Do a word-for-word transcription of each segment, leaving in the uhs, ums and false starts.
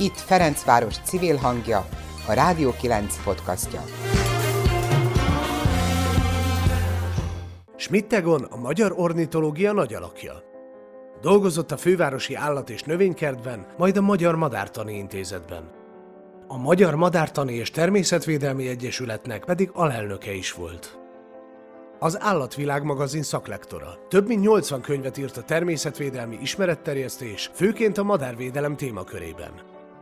Itt Ferencváros civil hangja, a Rádió kilenc podcastja. Schmidt Egon a magyar ornitológia nagy alakja. Dolgozott a Fővárosi Állat- és Növénykertben, majd a Magyar Madártani Intézetben. A Magyar Madártani és Természetvédelmi Egyesületnek pedig alelnöke is volt. Az Állatvilág magazin szaklektora. Több mint nyolcvan könyvet írt a természetvédelmi ismeretterjesztés, főként a madárvédelem témakörében.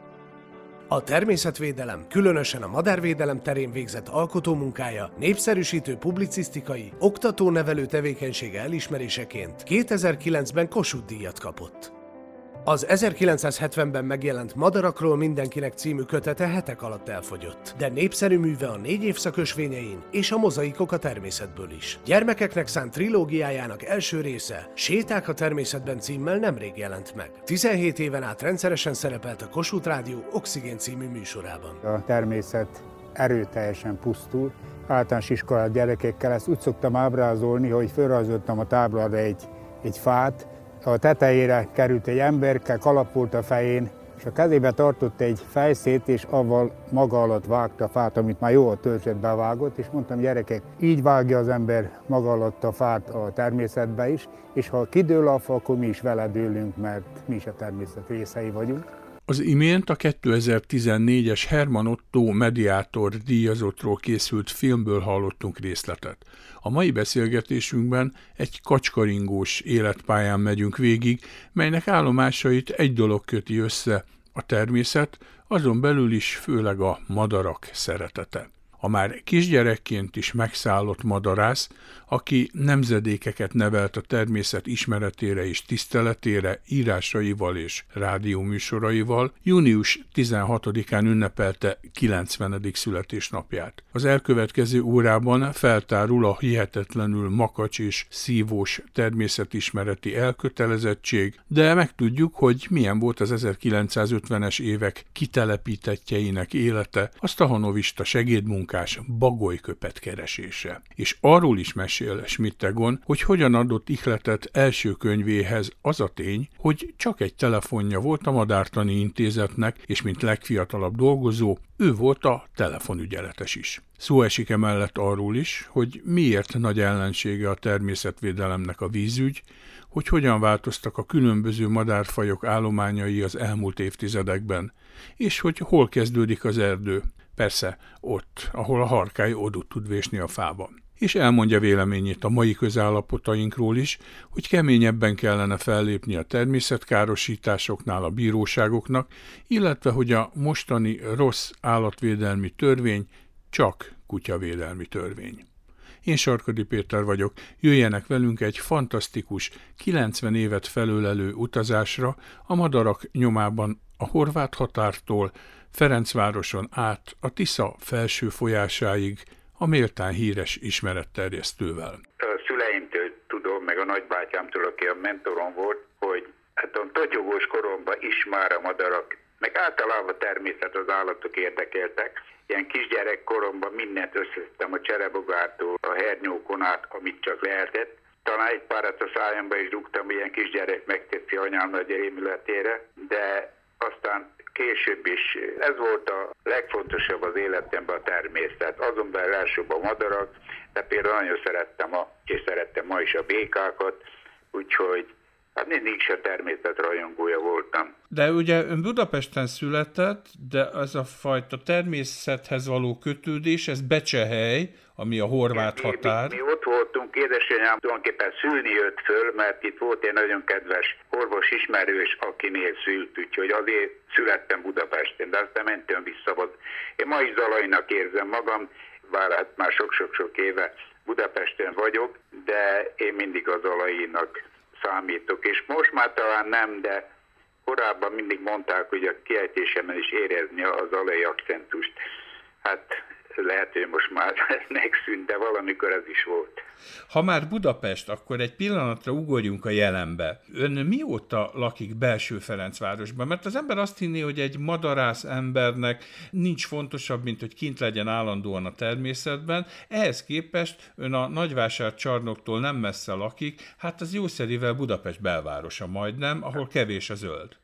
A természetvédelem, különösen a madárvédelem terén végzett alkotómunkája, népszerűsítő publicisztikai, oktató-nevelő tevékenysége elismeréseként kétezer-kilencben Kossuth-díjat kapott. Az ezerkilencszázhetvenben megjelent Madarakról mindenkinek című kötete hetek alatt elfogyott, de népszerű műve a négy évszak ösvényein és a mozaikok a természetből is. Gyermekeknek szánt trilógiájának első része, Séták a természetben címmel nemrég jelent meg. tizenhét éven át rendszeresen szerepelt a Kossuth Rádió Oxigén című műsorában. A természet erőteljesen pusztul. Általános iskolás gyerekekkel ezt úgy szoktam ábrázolni, hogy felrajzoltam a táblára egy, egy fát, a tetejére került egy emberke, kalapolt a fején, és a kezébe tartott egy fejszét, és avval maga alatt vágta a fát, amit már jó a törzsetbe vágott, és mondtam, gyerekek, így vágja az ember maga alatt a fát a természetbe is, és ha kidől a fa, akkor mi is vele dőlünk, mert mi is a természet részei vagyunk. Az imént a kétezer-tizennégyes Herman Otto Mediátor díjazottról készült filmből hallottunk részletet. A mai beszélgetésünkben egy kacskaringós életpályán megyünk végig, melynek állomásait egy dolog köti össze, a természet, azon belül is főleg a madarak szeretete. A már kisgyerekként is megszállott madarász, aki nemzedékeket nevelt a természet ismeretére és tiszteletére írásaival és rádióműsoraival, június tizenhatodikán ünnepelte kilencvenedik születésnapját. Az elkövetkező órában feltárul a hihetetlenül makacs és szívós természetismereti elkötelezettség, de megtudjuk, hogy milyen volt az ezerkilencszázötvenes évek kitelepítettjeinek élete, a stahanovista segédmunkát, bagolyköpet keresése. És arról is mesél Schmidt Egon, hogy hogyan adott ihletet első könyvéhez az a tény, hogy csak egy telefonja volt a Madártani Intézetnek, és mint legfiatalabb dolgozó, ő volt a telefonügyeletes is. Szó esik emellett arról is, hogy miért nagy ellensége a természetvédelemnek a vízügy, hogy hogyan változtak a különböző madárfajok állományai az elmúlt évtizedekben, és hogy hol kezdődik az erdő. Persze ott, ahol a harkály odút tud vésni a fában. És elmondja véleményét a mai közállapotainkról is, hogy keményebben kellene fellépni a természetkárosításoknál a bíróságoknak, illetve hogy a mostani rossz állatvédelmi törvény csak kutyavédelmi törvény. Én Sarkadi Péter vagyok, jöjjenek velünk egy fantasztikus, kilencven évet felölelő utazásra a madarak nyomában a horvát határtól, Ferencvároson át a Tisza felső folyásáig a méltán híres ismeretterjesztővel. A szüleimtől tudom, meg a nagybátyámtól, aki a mentorom volt, hogy hát a totyogós koromban is már a madarak, meg általában természet az állatok érdekeltek. Ilyen kisgyerek koromban mindent összeszedtem a cserebogártól, a hernyókon át, amit csak lehetett. Talán egy párat a szájamba is dugtam, ilyen kisgyerek megtetszi anyám nagy rémületére, de aztán később is ez volt a legfontosabb az életemben a természet. Azon belül elsőbb a madarak, de például nagyon szerettem, a, és szerettem ma is a békákat, úgyhogy hát mindig is a természet rajongója voltam. De ugye ön Budapesten született, de ez a fajta természethez való kötődés, ez Becsehely, ami a horvát mi, határ. Mi, mi ott voltunk, édesanyám tulajdonképpen szülni jött föl, mert itt volt egy nagyon kedves orvos ismerős, akinél szült, úgyhogy azért születtem Budapesten, de aztán mentem vissza. Én ma is Zalainak érzem magam, bár hát már sok-sok-sok éve Budapesten vagyok, de én mindig a Zalainak számítok, és most már talán nem, de korábban mindig mondták, hogy a kiejtésemben is érezni az zalai akcentust. Hát lehet, hogy most már megszűnt, de valamikor ez is volt. Ha már Budapest, akkor egy pillanatra ugorjunk a jelenbe. Ön mióta lakik belső Ferencvárosban? Mert az ember azt hinné, hogy egy madarász embernek nincs fontosabb, mint hogy kint legyen állandóan a természetben. Ehhez képest ön a Nagyvásárcsarnoktól nem messze lakik, hát az jószerivel Budapest belvárosa majdnem, ahol kevés a zöld. Hát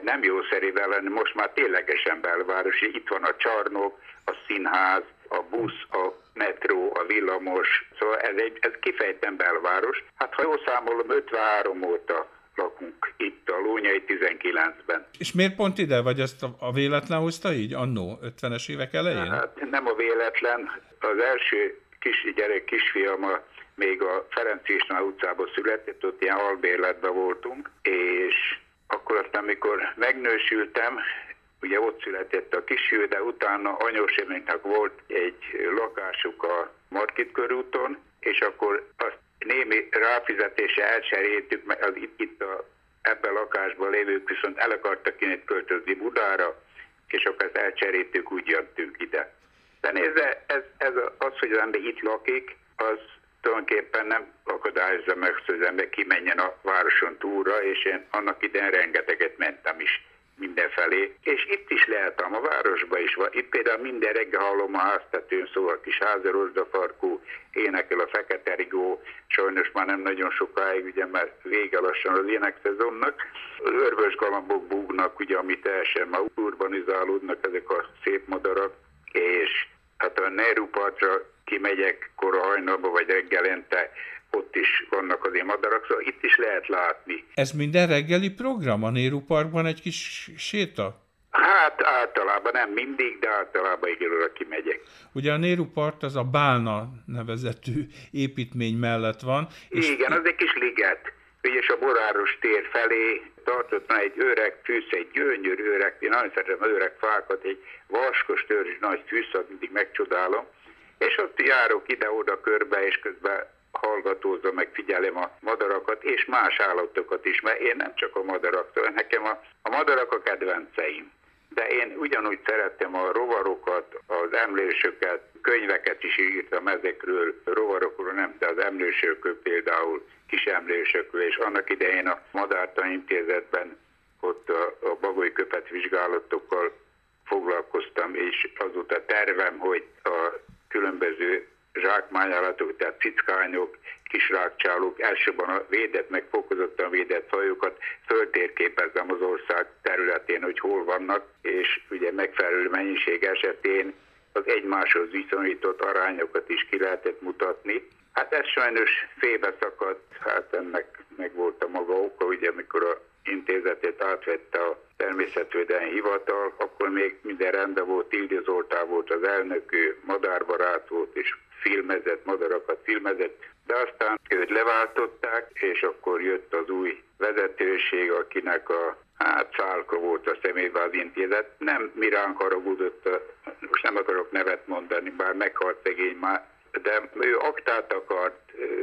nem jószerével lenni, most már ténylegesen belvárosi. Itt van a csarnok, a színház, a busz, a metró, a villamos, szóval ez, egy, ez kifejezetten belváros. Hát ha jól számolom, ötvenhárom óta lakunk itt a Lónyai tizenkilencben. És miért pont ide, vagy ezt a, a véletlen hozta így annó, ötvenes évek elején? Hát nem a véletlen. Az első kis gyerek kisfiam a, még a Ferenc István utcában született, ott ilyen albérletben voltunk, és akkor aztán, amikor megnősültem, ugye ott született a kisfiú, de utána anyóséméknek volt egy lakásuk a Margit körúton, és akkor azt némi ráfizetése elcseréltük, mert az itt, itt a, ebben a lakásban lévők viszont el akartak innen költözni Budára, és akkor ezt elcseréltük, úgy jöttünk ide. De nézze, ez, ez az, hogy az ember itt lakik, az tulajdonképpen nem akadályozza meg, hogy az ember kimenjen a városon túlra, és én annak idején rengeteget mentem is mindenfelé. És itt is lehetem, a városban is van. Itt például minden reggel hallom a háztetőn, szóval a kis Házi Rozsdafarkú, énekel a Fekete Rigó, sajnos már nem nagyon sokáig, ugye, mert vége lassan az énekszezonnak. Az örvösgalambok búgnak, ugye, amit teljesen már urbanizálódnak ezek a szép madarak, és hát a Nehru partra kimegyek kora hajnalba, vagy reggelente, ott is vannak az én madarak, szóval itt is lehet látni. Ez minden reggeli program a Nehru Parkban, egy kis séta? Hát általában, nem mindig, de általában igen, kimegyek. Ugye a Nehru Park az a Bálna nevezetű építmény mellett van. És igen, az egy kis liget. És a Boráros tér felé tartott egy öreg fűsz, egy gyönyörű öreg, én nagyon szeretem az öreg fákat, egy vaskos törzs, nagy fűsz, mindig megcsodálom. És ott járok ide-oda körbe, és közben hallgatózom, meg figyelem a madarakat, és más állatokat is, mert én nem csak a madaraktól, nekem a, a madarak a kedvenceim. De én ugyanúgy szerettem a rovarokat, az emlősöket, könyveket is írtam ezekről, rovarokról nem, de az emlősökről például, kis emlősökről, és annak idején a Madártani Intézetben ott a, a bagoly köpet vizsgálatokkal foglalkoztam, és azóta tervem, hogy a különböző zsákmányállatok, tehát cickányok, kisrákcsálók, elsősorban a védett, meg fokozottan védett fajokat föltérképezzem az ország területén, hogy hol vannak, és ugye megfelelő mennyiség esetén az egymáshoz viszonyított arányokat is ki lehetett mutatni. Hát ez sajnos félbeszakadt, hát ennek meg volt a maga oka, ugye amikor a intézetét átvette a Természetvédelmi Hivatal, akkor még minden rendben volt, Ildi Zoltán volt az elnök, ő madárbarát volt, és filmezett, madarakat filmezett, de aztán őt leváltották, és akkor jött az új vezetőség, akinek a hát szálka volt a személyben az intézet. Nem mi ránk haragudott, most nem akarok nevet mondani, bár meghalt szegény már, de ő aktát akart,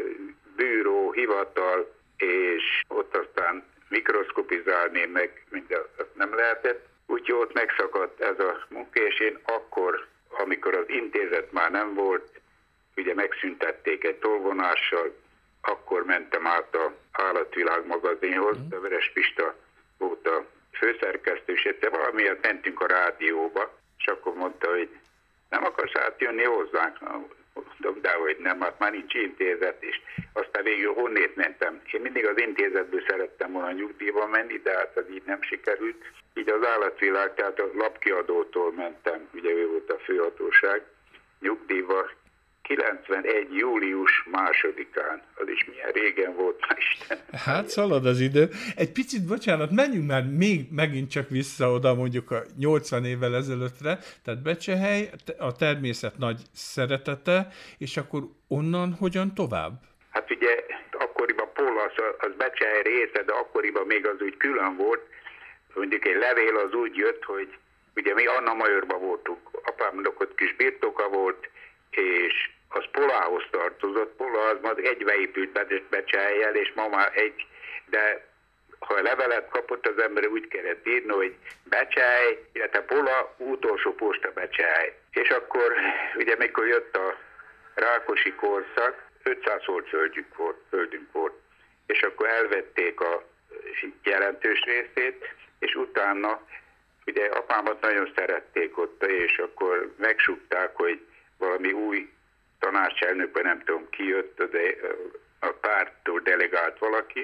bűró, hivatal, és ott aztán mikroszkopizálni, meg mindezt nem lehetett. Úgyhogy ott megszakadt ez a munka, és én akkor, amikor az intézet már nem volt, ugye megszüntették egy tolvonással, akkor mentem át a Állatvilág magazinhoz, a Veres Pista volt a főszerkesztő, és egyszer valamiért mentünk a rádióba, és akkor mondta, hogy nem akarsz átjönni hozzánk? Mondom, dehogy nem, hát már nincs intézet, és aztán végül honnét mentem. Én mindig az intézetből szerettem volna nyugdíjba menni, de hát az így nem sikerült. Így az Állatvilág, tehát a lapkiadótól mentem, ugye ő volt a főhatóság, nyugdíjba, kilencvenegy. július másodikán, az is milyen régen volt, már Isten. Hát szalad az idő. Egy picit, bocsánat, menjünk már még megint csak vissza oda mondjuk a nyolcvan évvel ezelőttre, tehát Becsehely, a természet nagy szeretete, és akkor onnan hogyan tovább? Hát ugye akkoriban Polasz, az Becsehely része, de akkoriban még az úgy külön volt, mondjuk egy levél az úgy jött, hogy ugye mi Anna Majorban voltunk, apámnak ott kis birtoka volt, és az Polához tartozott, Pola az majd egybeépült Becsehellyel, és ma már egy, de ha a levelet kapott az ember, úgy kellett írni, hogy Becsehely, illetve Pola, utolsó posta Becsehely. És akkor ugye mikor jött a Rákosi korszak, ötszáz volt földünk volt, földünk volt, és akkor elvették a jelentős részét, és utána ugye apámat nagyon szerették ott, és akkor megsúgták, hogy valami új tanácselnökben, nem tudom ki jött, de a párttól delegált valaki,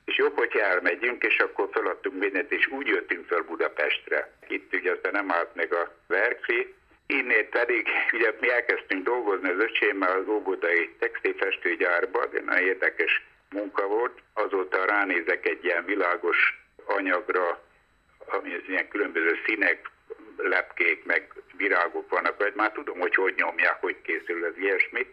és jobb, hogy elmegyünk, és akkor feladtunk mindent, és úgy jöttünk fel Budapestre. Itt ugye aztán nem állt meg a verkfi. Innét pedig ugye mi elkezdtünk dolgozni az öcsémmel az óbudai textilfestőgyárban, de nagyon érdekes munka volt. Azóta ránézek egy ilyen világos anyagra, ami az ilyen különböző színek, lepkék, meg virágok vannak, vagy már tudom, hogy hogy nyomják, hogy készül az ilyesmi.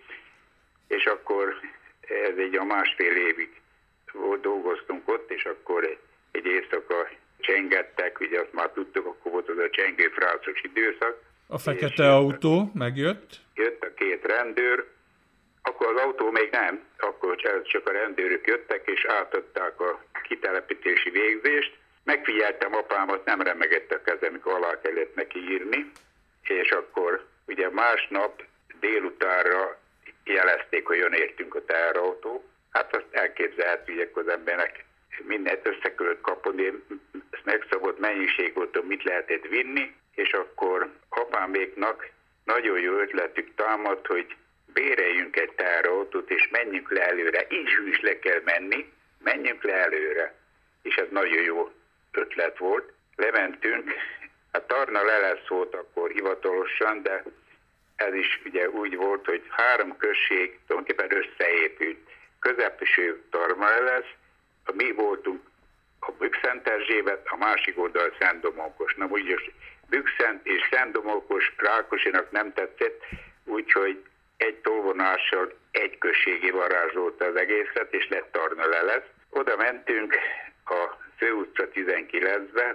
És akkor ez egy a másfél évig volt, dolgoztunk ott, és akkor egy, egy éjszaka csengettek, ugye azt már tudtuk, akkor volt az a csengőfrászos időszak. A fekete autó megjött? Jött a két rendőr, akkor az autó még nem, akkor csak a rendőrök jöttek, és átadták a kitelepítési végzést. Megfigyeltem apámat, nem remegett a kezem, amikor alá kellett neki írni, és akkor ugye másnap délutánra jelezték, hogy jön értünk a teherautó. Hát azt elképzelhető, hogy az embernek mindent össze kellett kapni, megszabott mennyiség volt, mit lehetett vinni, és akkor apáméknak nagyon jó ötletük támadt, hogy béreljünk egy teherautót, és menjünk le előre. Így is le kell menni, menjünk le előre. És ez nagyon jó ötlet volt. Lementünk, a Tarna Lelesz volt akkor hivatalosan, de ez is ugye úgy volt, hogy három község tulajdonképpen összeépült. Közepső Tarna Lelesz, mi voltunk a Bükszent Erzsébet, a másik oldal Szent Domokos. Na úgyis Bükszent és Szent Domokos Rákosinak nem tetszett, úgyhogy egy tolvonással egy községé varázsolta az egészet, és lett Tarna Lelesz. Oda mentünk a Főutca tizenkilencbe,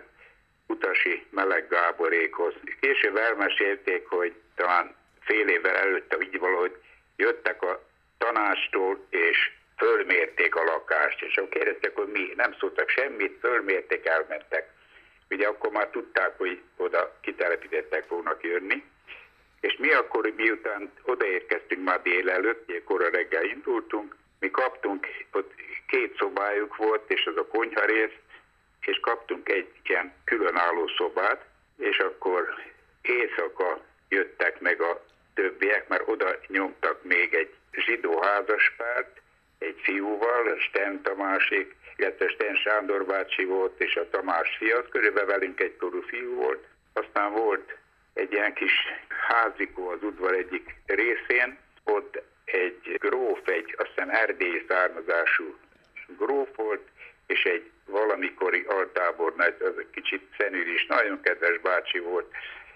Utasi Meleg Gáborékhoz. Később elmesélték, hogy talán fél évvel előtte így valahogy jöttek a tanástól, és fölmérték a lakást, és akkor kérdeztek, hogy mi, nem szóltak semmit, fölmérték, elmentek. Ugye akkor már tudták, hogy oda kitelepítettek fognak jönni, és mi akkor, miután odaérkeztünk már délelőtt, kora reggel indultunk, mi kaptunk, ott két szobájuk volt, és az a konyharész, és kaptunk egy ilyen különálló szobát, és akkor éjszaka jöttek meg a többiek, mert oda nyomtak még egy zsidó házaspárt, egy fiúval, Sten Tamásék, illetve Sten Sándor bácsi volt, és a Tamás fia, körülbelül velünk egykorú fiú volt. Aztán volt egy ilyen kis házikó az udvar egyik részén, ott egy gróf, egy azt hiszem erdélyi származású gróf volt, és egy valamikori altábornagy, az egy kicsit szenűr is, nagyon kedves bácsi volt,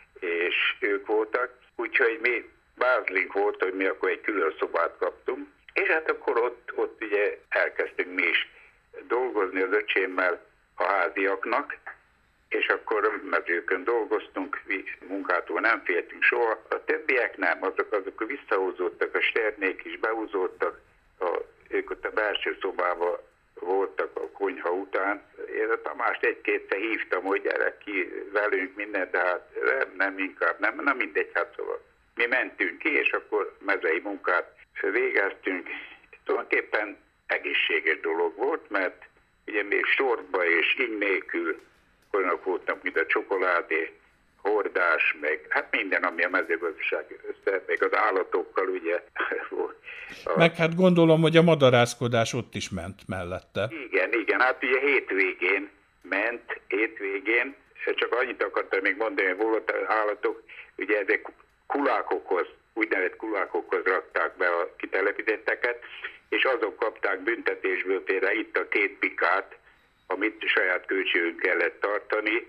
és ők voltak. Úgyhogy mi bázlink volt, hogy mi akkor egy külön szobát kaptunk, és hát akkor ott, ott ugye elkezdtünk mi is dolgozni az öcsémmel a háziaknak, és akkor mezőkön dolgoztunk, mi munkától nem féltünk soha. A többiek nem, azok, azok visszahúzódtak, a sternék is behúzódtak, a, ők ott a belső szobában voltak a konyha után. Én a Tamást egy-kétszer hívtam, hogy gyere ki velünk mindent, de hát nem, nem inkább, nem, nem mindegy, hát szóval. Mi mentünk ki, és akkor mezei munkát végeztünk. Tulajdonképpen egészséges dolog volt, mert ugye még sortba és íny nélkül olyanok voltak, mint a csokoládé, hordás, meg hát minden, ami a mezőgazdaság össze, meg az állatokkal ugye volt. A... Meg hát gondolom, hogy a madarászkodás ott is ment mellette. Igen, igen, hát ugye hétvégén ment, hétvégén, csak annyit akartam még mondani, hogy volt állatok, ugye ezek kulákokhoz, úgynevezett kulákokhoz rakták be a kitelepítetteket, és azok kapták büntetésből például itt a két bikát, amit saját költségünk kellett tartani,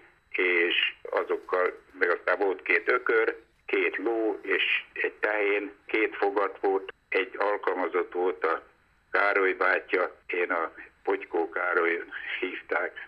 és azokkal, meg aztán volt két ökör, két ló és egy tehén, két fogat volt, egy alkalmazott volt a Károly bátyja, én a Potykó Károly hívták.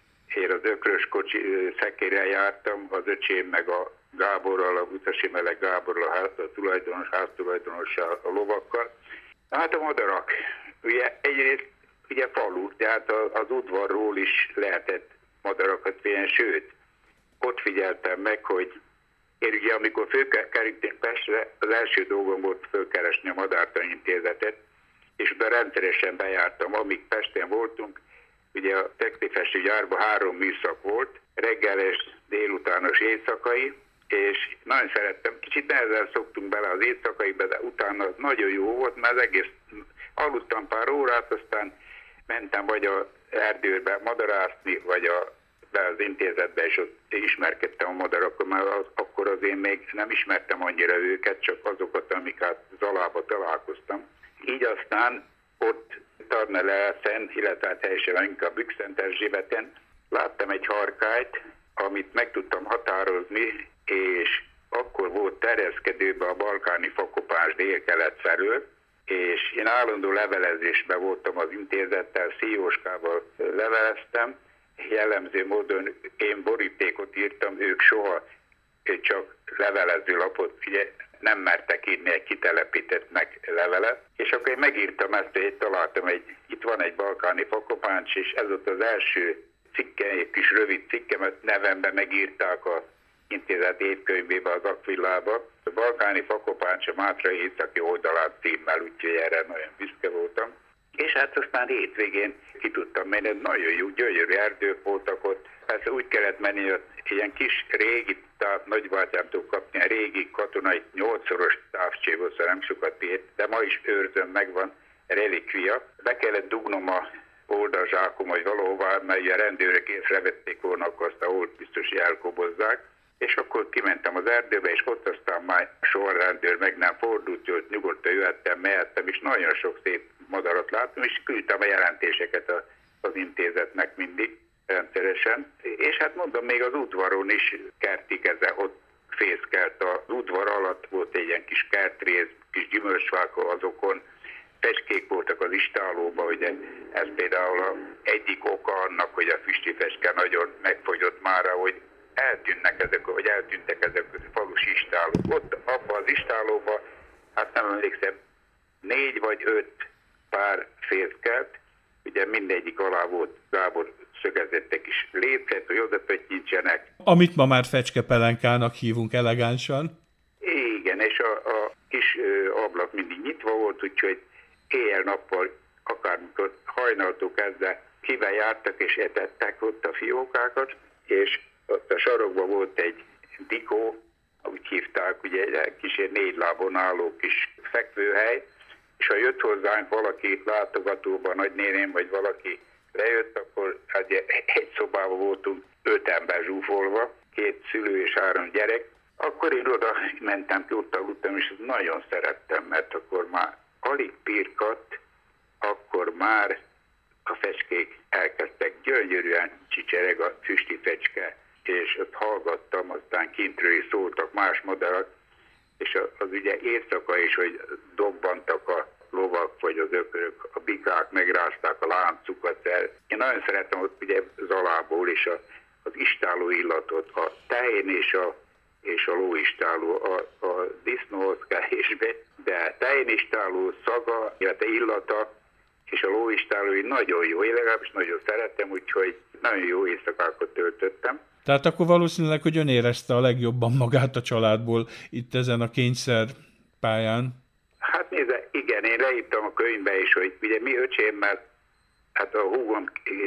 Én az ökrös kocsi szekérrel jártam, az öcsém meg a Gáborral, a Utasi Meleg Gáborral, a, ház, a tulajdonos, háztulajdonossal, a lovakkal. Hát a madarak, ugye egyrészt ugye falu, tehát az udvarról is lehetett madarakat figyelni, sőt, ott figyeltem meg, hogy én ugye amikor fölkerültünk Pestre, az első dolgom volt fölkeresni a Madártani Intézetet, és oda rendszeresen bejártam, amíg Pesten voltunk, ugye a textilfestőgyárban három műszak volt, reggeles, délutános éjszakai, és nagyon szerettem, kicsit nehezen szoktunk bele az éjszakaiba, de utána az nagyon jó volt, mert az egész aludtam pár órát, aztán mentem vagy a erdőbe madarászni, vagy a, be az intézetbe, és ott ismerkedtem a madarakkal, mert az, akkor az én még nem ismertem annyira őket, csak azokat, amiket Zalába találkoztam. Így aztán ott Tarnelelszen, illetve hát helyesen inkább Bükszent-Erzsébeten láttam egy harkályt, amit meg tudtam határozni, és akkor volt terjeszkedőben a balkáni fakopás dél-kelet felől, és én állandó levelezésben voltam az intézettel, Szíjóskával leveleztem, jellemző módon én borítékot írtam, ők soha csak levelező lapot, ugye nem mertek írni egy kitelepített meg levelet, és akkor én megírtam ezt, hogy találtam egy, itt van egy balkáni fakopáncs, és ez ott az első cikke, egy kis rövid cikkemet nevemben megírták a intézet évkönyvébe, az Akvillába. A balkáni fakopáncs a Mátrai északi oldalán címmel, úgyhogy erre nagyon büszke voltam. És hát aztán hétvégén ki tudtam menni, nagyon jó, gyönyörű erdők voltak ott. Persze úgy kellett menni, hogy ilyen kis régi, tehát nagybátyámtól kapni a régi katonai nyolcszoros távcsőből, szóval nem sokat ért, de ma is őrzöm, megvan relikvia. Be kellett dugnom a oldalzsákom, vagy valahová, mert a rendőrök észrevették volna, akkor azt a old biztos elkobozzák. És akkor kimentem az erdőbe, és ott aztán már sorrendőr meg nem fordult, hogy nyugodtan jöhettem, mehettem, és nagyon sok szép madarat láttam, és küldtem a jelentéseket az intézetnek mindig rendszeresen. És hát mondom, még az udvaron is kertikeze, ott fészkelt. Az udvar alatt volt egy ilyen kis kertrész, kis gyümölcsfák azokon, fecskék voltak az istálóban, ugye ez például a egyik oka annak, hogy a füstifecske nagyon megfogyott mára, hogy eltűnnek ezek, vagy eltűntek ezek a falusi istálók. Ott abban az istálóban, hát nem emlékszem, négy vagy öt pár fészkelt, ugye mindegyik alá volt Gábor szögezett egy kis lécet, hogy oda pöttyintsenek. Amit ma már fecskepelenkának hívunk elegánsan. Igen, és a, a kis ö, ablak mindig nyitva volt, úgyhogy éjjel-nappal, akármikor hajnaltól kezdve kivel jártak és etettek ott a fiókákat, és ott a sarokban volt egy dikó, úgy hívták, ugye egy kis négy lábon álló kis fekvőhely, és ha jött hozzánk valaki látogatóban, nagynéném, vagy valaki lejött, akkor egy szobában voltunk öt ember zsúfolva, két szülő és három gyerek. Akkor én oda mentem ki, ott aludtam, és nagyon szerettem, mert akkor már alig pirkadt, akkor már a fecskék elkezdtek gyönyörűen csicsereg a füstifecske, és ott hallgattam, aztán kintről is szóltak más madarak, és az ugye éjszaka is, hogy dobbantak a lovak, vagy az ökörök, a bikák megrázták a láncukat el. Én nagyon szeretem ott ugye Zalából is a, az istáló illatot, a tehén és a, és a lóistáló, a, a disznóhoz kevésbé, de tehénistáló szaga, illetve illata, és a lóistáló nagyon jó, én legalábbis nagyon szeretem, úgyhogy nagyon jó éjszakákat töltöttem. Tehát akkor valószínűleg, hogy ön érezte a legjobban magát a családból itt ezen a kényszer pályán. Hát nézze, igen, én leírtam a könyvbe is, hogy ugye mi öcsémmel, hát a húgom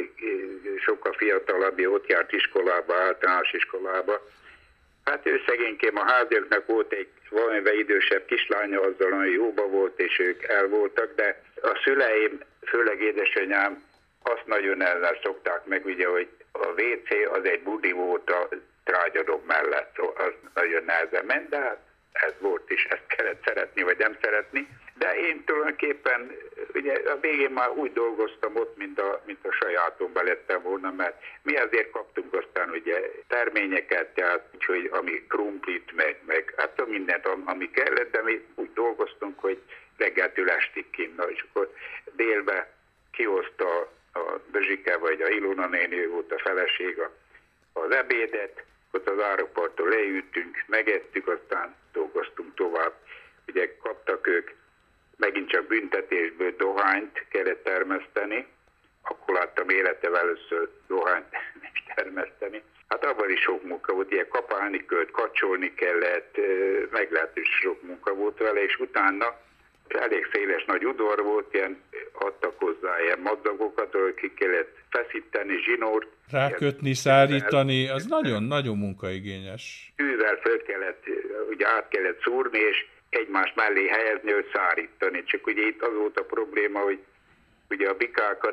sokkal fiatalabb, ott járt iskolába, általános iskolába. Hát ő szegénykém a háziaknak volt egy valamivel idősebb kislánya, azzal nagyon jóba volt, és ők el voltak, de a szüleim, főleg édesanyám, azt nagyon ellen szokták meg, ugye, hogy a vé cé az egy budi volt a trágyadok mellett, szóval az nagyon nehezen ment, de hát ez volt is, ezt kellett szeretni, vagy nem szeretni. De én tulajdonképpen, ugye a végén már úgy dolgoztam ott, mint a, mint a sajátomban lettem volna, mert mi azért kaptunk aztán ugye terményeket, tehát úgyhogy ami krumplit, meg, meg hát mindent, ami kellett, de mi úgy dolgoztunk, hogy reggeltől estig kint, és akkor délbe kihozta a Bezsike, vagy a Ilona néni, volt a feleség az ebédet, ott az árokparton leültünk, megettük, aztán dolgoztunk tovább. Ugye kaptak ők megint csak büntetésből dohányt kellett termeszteni, akkor láttam életem először dohányt termeszteni. Hát abban is sok munka volt, ilyen kapálni költ, kacsolni kellett, meglehetősen sok munka volt vele, és utána elég széles nagy udvar volt, ilyen adtak hozzá ilyen madzagokat, ahol ki kellett feszíteni, zsinórt. Rákötni, ilyen, szárítani, az nagyon-nagyon munkaigényes. Tűzzel föl kellett, ugye át kellett szúrni, és egymás mellé helyezni, hogy szárítani. Csak ugye itt az volt a probléma, hogy ugye a bikákat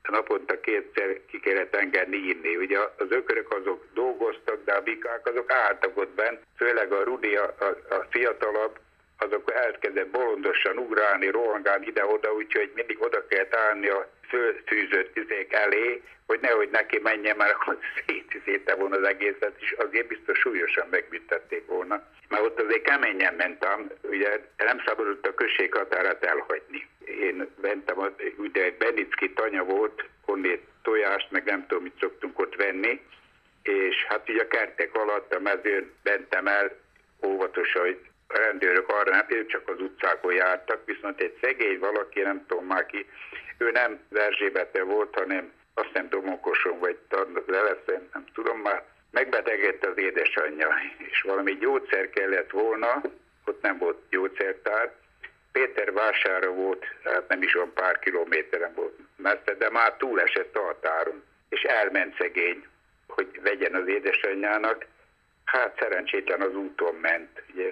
naponta kétszer ki kellett engedni inni. Ugye az ökörök azok dolgoztak, de a bikák azok álltak ott bent, főleg a Rudi, a, a, a fiatalabb, azok elkezdett bolondosan ugrálni, rohangálni ide-oda, úgyhogy mindig oda kellett állni a fölfűzött tüzék elé, hogy nehogy neki menjen, mert akkor szétszétte volna az egészet, és azért biztos súlyosan megbüntették volna. Mert ott azért keményen mentem, ugye nem szabadott a község határát elhagyni. Én mentem, ugye egy Benicki tanya volt, onnét tojást, meg nem tudom, mit szoktunk ott venni, és hát ugye a kertek alatt a mezőn mentem el óvatosan, hogy a rendőrök arra nem, csak az utcákon jártak, viszont egy szegény valaki, nem tudom már ki, ő nem Erzsébete volt, hanem azt nem Domonkoson vagy Leleszen, nem tudom már, megbetegedett az édesanyja, és valami gyógyszer kellett volna, ott nem volt gyógyszertár, Pétervására volt, hát nem is van pár kilométeren volt messze, de már túlesett a határon, és elment szegény, hogy vegyen az édesanyjának, hát szerencsétlen az úton ment, ugye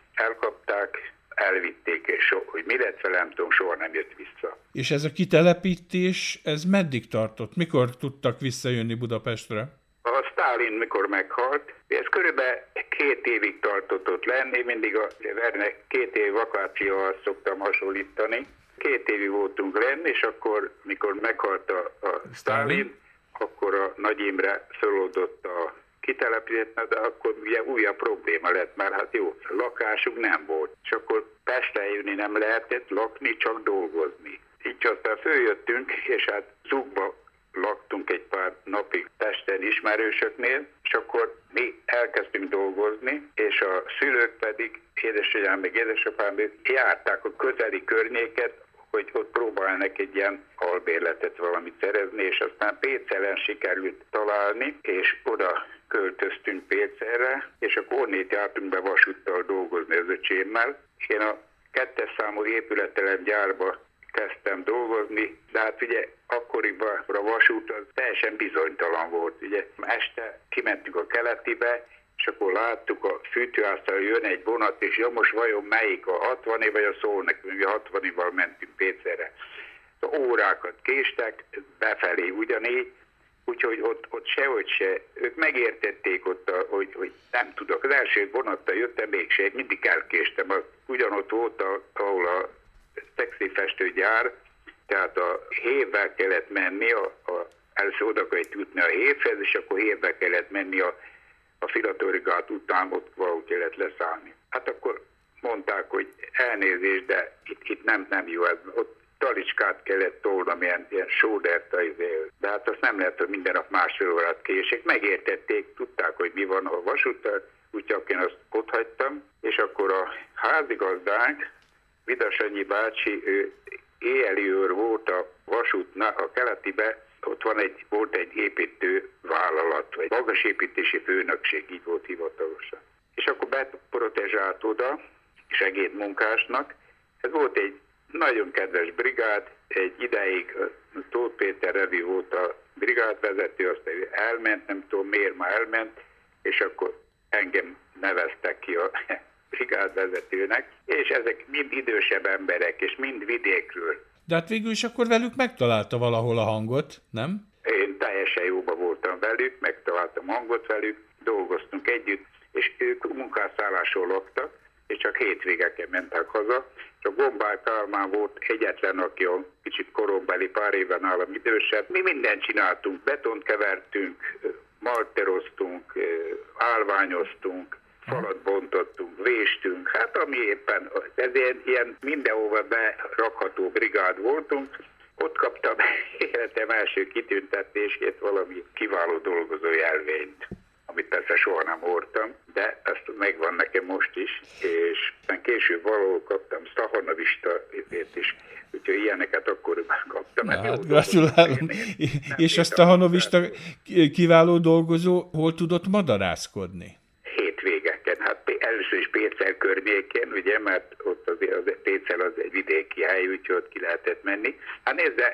elkapták, elvitték, és so, hogy mi lett velem, tudom, soha nem jött vissza. És ez a kitelepítés, ez meddig tartott? Mikor tudtak visszajönni Budapestre? A Sztálin mikor meghalt, ez körülbelül két évig tartott ott lenni, mindig a Verne két év vakációval szoktam hasonlítani. Két évig voltunk lenni, és akkor, mikor meghalt a, a Sztálin, akkor a Nagy Imre szólódott a kitelepített, de akkor ugye újabb probléma lett, mert hát jó, lakásunk nem volt. És akkor Pestre jönni nem lehetett, lakni, csak dolgozni. Így aztán följöttünk, és hát Zugba laktunk egy pár napig Pesten ismerősöknél, és akkor mi elkezdtünk dolgozni, és a szülők pedig, édesanyám meg édesapám, járták a közeli környéket, hogy ott próbálnak egy ilyen albérletet valamit szerezni, és aztán Pécelen sikerült találni, és oda költöztünk Pécelre, és akkor onnét jártunk be vasúttal dolgozni az öcsémmel. Én a kettes számú épületelem gyárba kezdtem dolgozni, de hát ugye akkoriban a vasút az teljesen bizonytalan volt. Ugye este kimentünk a Keletibe, és akkor láttuk a fűtőháztal jön egy vonat, és ja, most vajon melyik, a hatvani vagy a Szolnoki, mi a hatvanival mentünk Pécére. A órákat késtek, befelé ugyanígy, úgyhogy ott, ott sehogy se, ők megértették ott, a, hogy, hogy nem tudok. Az első vonattal jöttem, mégse, mindig elkéstem. Ugyanott volt, ahol a textilfestőgyár, tehát a hévvel kellett menni, a, a, először oda kellett jutni a hévhez, és akkor hévvel kellett menni a, a filatorigát után, ott valahogy kellett leszállni. Hát akkor mondták, hogy elnézést, de itt, itt nem, nem jó, ez, ott talicskát kellett tolnom, ilyen, ilyen sódert, de hát azt nem lehet, hogy minden nap másfél órát kések. Megértették, tudták, hogy mi van a vasúttal, úgyhogy én azt ott hagytam, és akkor a házigazdánk, Vidasanyi bácsi, ő éjjeli őr volt a vasútnál, a Keletibe, ott van egy, volt egy építő vállalat, vagy magasépítési főnökség, így volt hivatalosan. És akkor beprotezsált oda, segédmunkásnak. Ez volt egy nagyon kedves brigád, egy ideig Tóth Péter Revi volt a brigádvezető, aztán elment, nem tudom miért már elment, és akkor engem neveztek ki a brigádvezetőnek, és ezek mind idősebb emberek, és mind vidékről. De hát végül is akkor velük megtalálta valahol a hangot, nem? Én teljesen jóba voltam velük, megtaláltam hangot velük, dolgoztunk együtt, és ők munkásszálláson laktak, és csak hétvégeken mentek haza. És a Gombár Kálmán volt egyetlen, aki a kicsit korombeli, pár éven nálam idősebb. Mi mindent csináltunk, betont kevertünk, malteroztunk, állványoztunk, falat bontottunk, véstünk, hát ami éppen, ez ilyen, ilyen mindenhova berakható brigád voltunk. Ott kaptam életem első kitüntetését, valami kiváló dolgozó jelvényt, amit persze soha nem hordtam, de ezt megvan nekem most is, és később valahol kaptam Stahanovista is, úgyhogy ilyeneket akkor kaptam. Na, hát gratulálom. És a Stahanovista kiváló dolgozó hol tudott madarászkodni? Hétvégeken, hát először is Pécel környékén, ugye, mert ott azért az, Pécel az egy vidéki hely, úgyhogy ott ki lehetett menni. Hát nézd,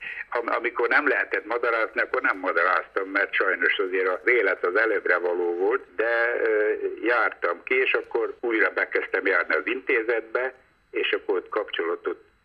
amikor nem lehetett madarászni, akkor nem madaráztam, mert sajnos azért az élet az előbbre való volt, de jártam ki, és akkor újra bekezdtem járni az intézetbe, és akkor ott kapcsolatot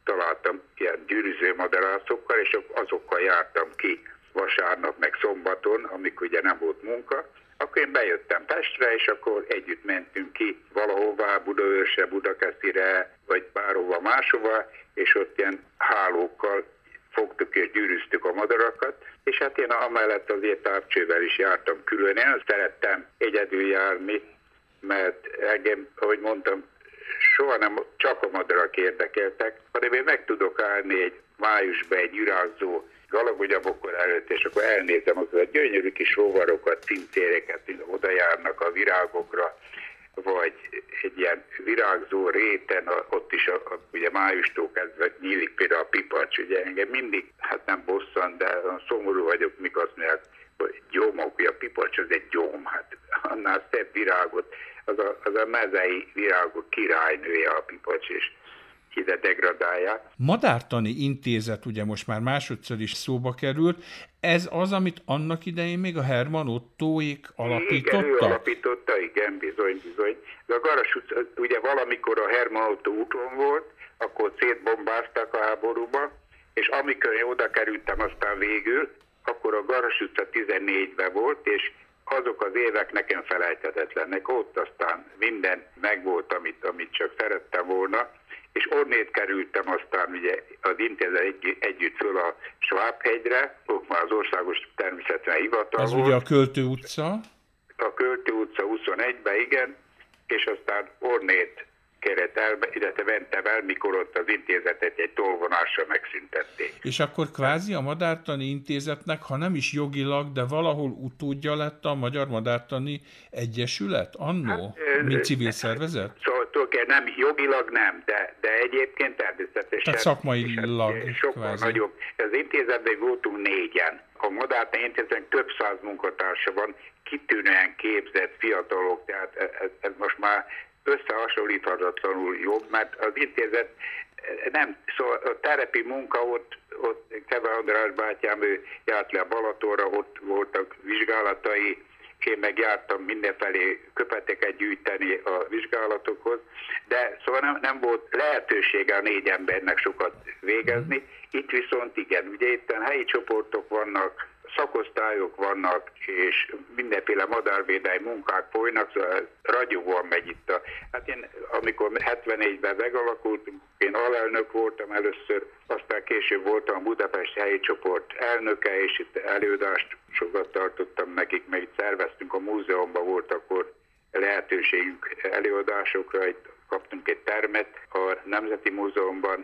találtam ilyen gyűrűző madarászokkal, és azokkal jártam ki vasárnap, meg szombaton, amikor ugye nem volt munka. Akkor én bejöttem Pestre, és akkor együtt mentünk ki valahová, Budaörsre, Budakeszire, vagy bárhova máshova, és ott ilyen hálókkal fogtuk és gyűrűztük a madarakat, és hát én amellett azért távcsővel is jártam külön. Én szerettem egyedül járni, mert engem, ahogy mondtam, soha nem csak a madarak érdekeltek, hanem én meg tudok állni egy májusban egy virágzó galagogyabokor előtt, és akkor elnézem azokat a gyönyörű kis rovarokat, cincéreket, oda járnak a virágokra, vagy egy ilyen virágzó réten, ott is a, a, ugye májustól kezdve nyílik például a pipacs, ugye engem mindig, hát nem bosszant, de szomorú vagyok, mikor azt mondják, hogy gyomok, hogy a pipacs az egy gyom, hát annál szebb virágot, az a, az a mezei virágok királynője a pipacs, és ide degradálják. Madártani Intézet ugye most már másodszor is szóba került. Ez az, amit annak idején még a Herman Ottóék alapítottak? Igen, ő alapította, igen, bizony, bizony. De a Garas utca, ugye valamikor a Herman Ottó úton volt, akkor szétbombázták a háborúba, és amikor én oda kerültem aztán végül, akkor a Garas utca tizennégyben volt, és azok az évek nekem felejthetetlenek. Ott aztán minden megvolt, amit, amit csak szerettem volna, és onnét kerültem aztán ugye az intézet egy, együtt föl a Schwab-hegyre, ott már az Országos Természetvédelmi Hivatal az volt. ugye a Költő utca? A Költő utca huszonegyben, igen, és aztán onnét kérett el, illetve mentem el, mikor ott az intézetet egy tolvonással megszüntették. És akkor kvázi a Madártani Intézetnek, ha nem is jogilag, de valahol utódja lett a Magyar Madártani Egyesület annó, hát, mint civil szervezet? Szóval nem, jogilag nem, de, de egyébként természetesen. Tehát szakmailag sokkal kvázi. Nagyobb. Az intézetben voltunk négyen. A Madártani Intézetnek több száz munkatársa van, kitűnően képzett fiatalok, tehát ez, ez most már összehasonlíthatatlanul jobb, mert az intézet nem, szóval a terepi munka ott, ott Keve András bátyám, ő járt le a Balatonra, ott voltak vizsgálatai, én meg jártam mindenfelé köpeteket gyűjteni a vizsgálatokhoz, de szóval nem, nem volt lehetősége a négy embernek sokat végezni. Itt viszont igen, ugye itt helyi csoportok vannak, szakosztályok vannak, és mindenféle madárvédelmi munkák folynak, szóval ragyogóan megy itt a... Hát én, amikor hetvennégyben megalakult, én alelnök voltam először, aztán később voltam a Budapest helyi csoport elnöke, és itt előadást sokat tartottam nekik, meg itt szerveztünk, a múzeumban volt akkor lehetőségünk előadásokra, itt kaptunk egy termet a Nemzeti Múzeumban,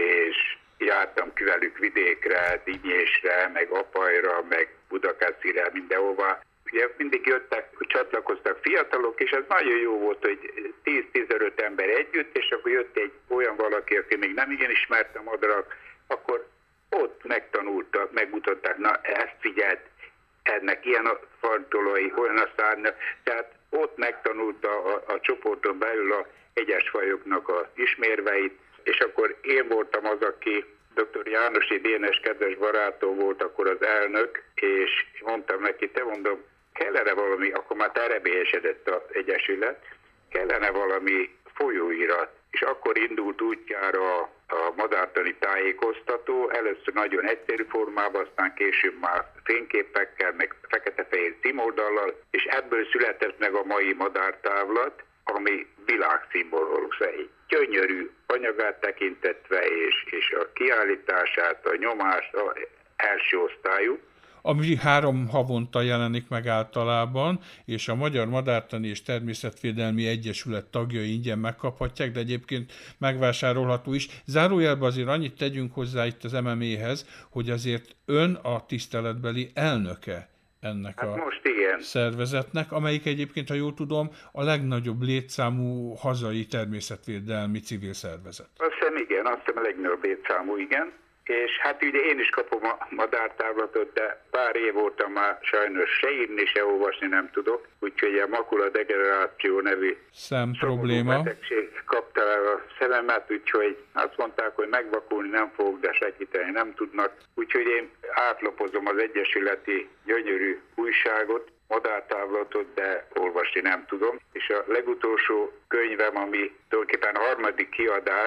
és jártam ki velük vidékre, Dinyésre, meg Apajra, meg Budakeszire, mindenhova. Ugye mindig jöttek, csatlakoztak fiatalok, és ez nagyon jó volt, hogy tíz-tizenöt ember együtt, és akkor jött egy olyan valaki, aki még nem igen ismerte a madarak, akkor ott megtanulta, megmutatták, na ezt figyelt, ennek ilyen a fantolói, olyan a szárnya, tehát ott megtanulta a, a csoporton belül a egyes fajoknak az ismérveit, és akkor én voltam az, aki dr. Jánosi Dénes kedves barátom volt akkor az elnök, és mondtam neki, te mondom, kellene valami, akkor már terebélyesedett az egyesület, kellene valami folyóirat, és akkor indult útjára a, a madártani tájékoztató, először nagyon egyszerű formában, aztán később már fényképekkel, meg fekete-fehér címoldallal, és ebből született meg a mai madártávlat, ami világszimbólum, egy gyönyörű anyagát tekintetve, és, és a kiállítását, a nyomást, a első osztályú. Ami három havonta jelenik meg általában, és a Magyar Madártani és Természetvédelmi Egyesület tagjai ingyen megkaphatják, de egyébként megvásárolható is. Zárójelben azért annyit tegyünk hozzá itt az em em é-hez, hogy azért ön a tiszteletbeli elnöke ennek hát a most igen. szervezetnek, amelyik egyébként, ha jól tudom, a legnagyobb létszámú hazai természetvédelmi civil szervezet. Azt hiszem igen, azt hiszem a legnagyobb létszámú, igen. És hát ugye én is kapom a madártávlatot, de pár év voltam már sajnos se írni, se olvasni nem tudok, úgyhogy a makuladegeneráció nevű szem probléma betegség kapta el a szememet, úgyhogy azt mondták, hogy megvakulni nem fogok, de segíteni nem tudnak. Úgyhogy én átlapozom az egyesületi gyönyörű újságot, madártávlatot, de olvasni nem tudom. És a legutolsó könyvem, ami tulajdonképpen a harmadik kiadás,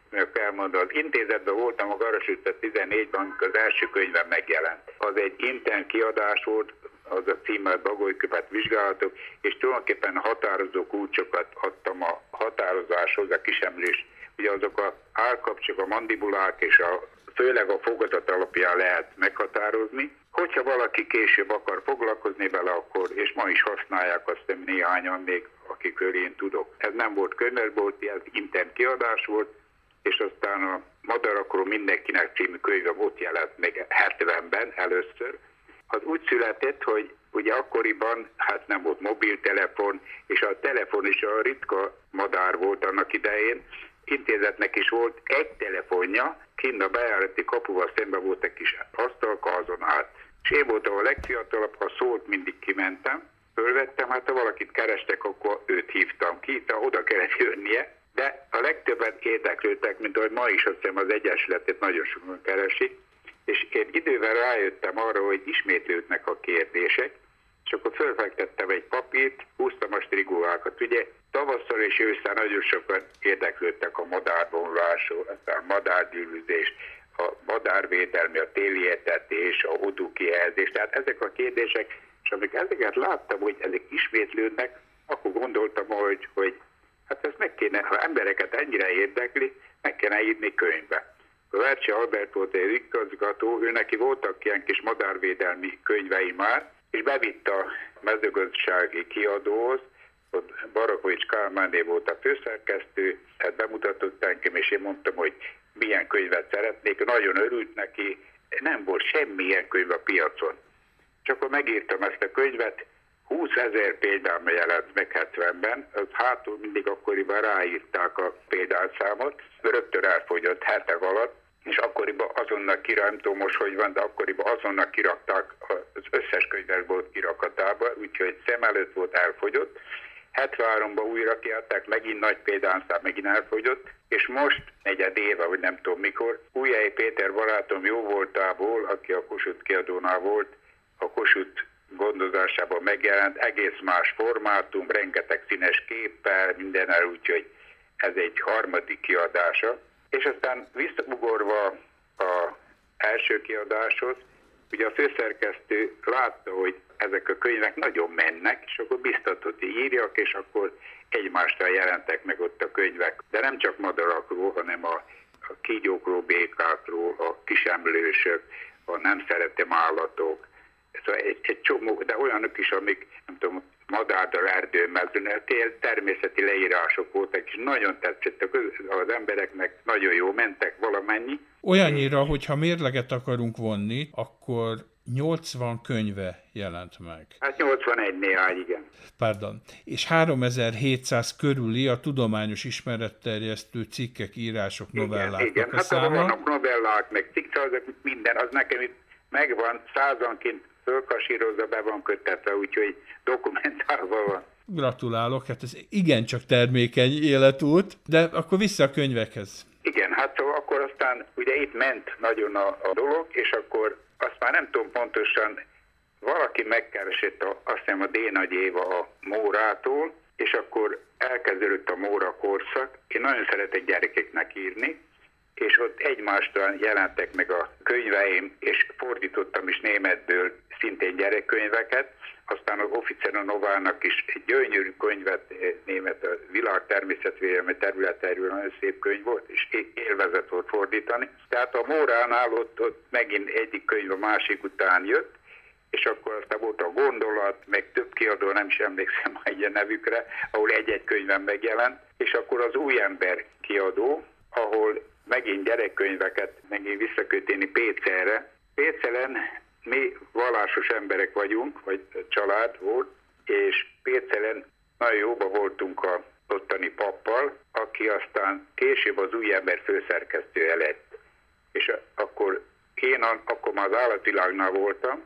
felmondom. Az intézetben voltam a Garas utca tizennégyben, amikor az első könyvem megjelent. Az egy intern kiadás volt, az a címmel Bagolykövet vizsgálatok, és tulajdonképpen határozó kulcsokat adtam a határozáshoz, a kisemlés. Ugye azok a állkapcsok, a mandibulák és a, főleg a fogadat alapján lehet meghatározni. Hogyha valaki később akar foglalkozni vele, akkor, és ma is használják, azt hiszem néhányan még, akikről én tudok. Ez nem volt könyvesbolti, ez intern kiadás volt, és aztán a Madarakról mindenkinek című könyvem ott jelent még hetvenben először. Az úgy született, hogy ugye akkoriban hát nem volt mobiltelefon, és a telefon is a ritka madár volt annak idején. Intézetnek is volt egy telefonja, kint a bejárati kapuval szemben volt egy kis asztalka, azon át. És én voltam a legfiatalabb, ha szólt, mindig kimentem, fölvettem, hát ha valakit kerestek, akkor őt hívtam ki, de oda kellett jönnie. De a legtöbben érdeklődtek, mint ahogy ma is azt hiszem az Egyesületet nagyon sokan keresik, és én idővel rájöttem arra, hogy ismétlődnek a kérdések, és akkor fölfektettem egy papírt, húztam a strigóákat. Ugye tavasszal és ősszel nagyon sokan érdeklődtek a madárvonulásról, aztán a madárgyűlözés, a madárvédelmi, a téli etetés, a hodúkijelzés. Tehát ezek a kérdések, és amikor ezeket láttam, hogy ezek ismétlődnek, akkor gondoltam, hogy, hogy hát ez meg kéne, ha embereket ennyire érdekli, meg kéne írni könyvbe. A Vercsi Albert volt egy igazgató, ő neki voltak ilyen kis madárvédelmi könyvei már, és bevitt a mezőgazdasági kiadóhoz, ott Barakovics Kálmáné volt a főszerkesztő, tehát bemutatott engem, és én mondtam, hogy milyen könyvet szeretnék, nagyon örült neki, nem volt semmilyen könyv a piacon. És akkor megírtam ezt a könyvet, húszezer példányban jelent meg hetvenben, az hátul mindig akkoriban ráírták a példányszámot, rögtön elfogyott hetek alatt, és akkoriban azonnal kirakták, nem tudom most, hogy van, de akkoriban azonnal kirakták az összes könyvesbolt kirakatába, úgyhogy szem előtt volt, elfogyott. hetvenháromban újra kiadták, megint nagy példányszám, megint elfogyott, és most, negyed éve, vagy nem tudom mikor, Újhelyi Péter barátom jó voltából, aki a Kossuth kiadónál volt, a Kossuth gondozásában megjelent, egész más formátum, rengeteg színes képpel, mindennel, úgyhogy ez egy harmadik kiadása. És aztán visszaugorva az első kiadáshoz, ugye a főszerkesztő látta, hogy ezek a könyvek nagyon mennek, és akkor biztatott, hogy írjak, és akkor egymástól jelentek meg ott a könyvek. De nem csak madarakról, hanem a, a kígyókról, békákról, a kisemlősök, a nem szeretem állatok, szóval egy, egy csomó, de olyanok is, amik, nem tudom, madárdal, erdőmezőn, természeti leírások voltak, és nagyon tetszett az embereknek, nagyon jó mentek valamennyi. Olyannyira, hogyha mérleget akarunk vonni, akkor nyolcvan könyve jelent meg. Hát nyolcvanegy néhány, igen. Pardon. És háromezer-hétszáz körüli a tudományos ismeretterjesztő cikkek, írások, novelláknak igen, igen. a Hát száma. vannak novellák, meg cikkek, minden, az nekem itt megvan, százanként fölkasírozza, be van köttetve, úgyhogy dokumentálva van. Gratulálok, hát ez igencsak termékeny életút, de akkor vissza a könyvekhez. Igen, hát szóval akkor aztán ugye itt ment nagyon a, a dolog, és akkor azt már nem tudom pontosan, valaki megkeresett a, azt hiszem a D. Nagy Éva a Mórától, és akkor elkezdődött a Móra korszak. Én nagyon szeretek gyerekeknek írni, és ott egymástól jelentek meg a könyveim, és fordítottam is németből szintén gyerekkönyveket, aztán az Officer Novának is egy gyönyörű könyvet, német, a világ természetvédelmi területeiről nagyon szép könyv volt, és élvezet volt fordítani. Tehát a Móránál ott, ott megint egyik könyv a másik után jött, és akkor aztán volt a Gondolat, meg több kiadó, nem is emlékszem egy a nevükre, ahol egy-egy könyvem megjelent, és akkor az Új Ember kiadó, ahol megint gyerekkönyveket, megint visszakötni Pécelre. Pécelen mi vallásos emberek vagyunk, vagy család volt, és Pécelen nagyon jóba voltunk a ottani pappal, aki aztán később az Új Ember főszerkesztője lett. És akkor én akkor már az Állatvilágnál voltam,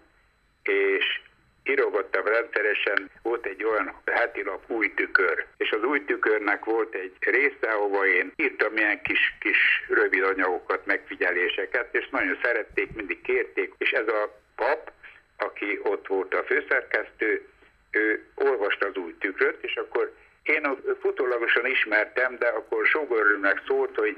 és írogattam rendszeresen, volt egy olyan heti lap, Új Tükör. És az Új Tükörnek volt egy része, ahova én írtam ilyen kis, kis rövid anyagokat, megfigyeléseket, és nagyon szerették, mindig kérték. És ez a pap, aki ott volt a főszerkesztő, ő olvasta az Új Tükröt, és akkor én futólagosan ismertem, de akkor sógoromnak szólt, hogy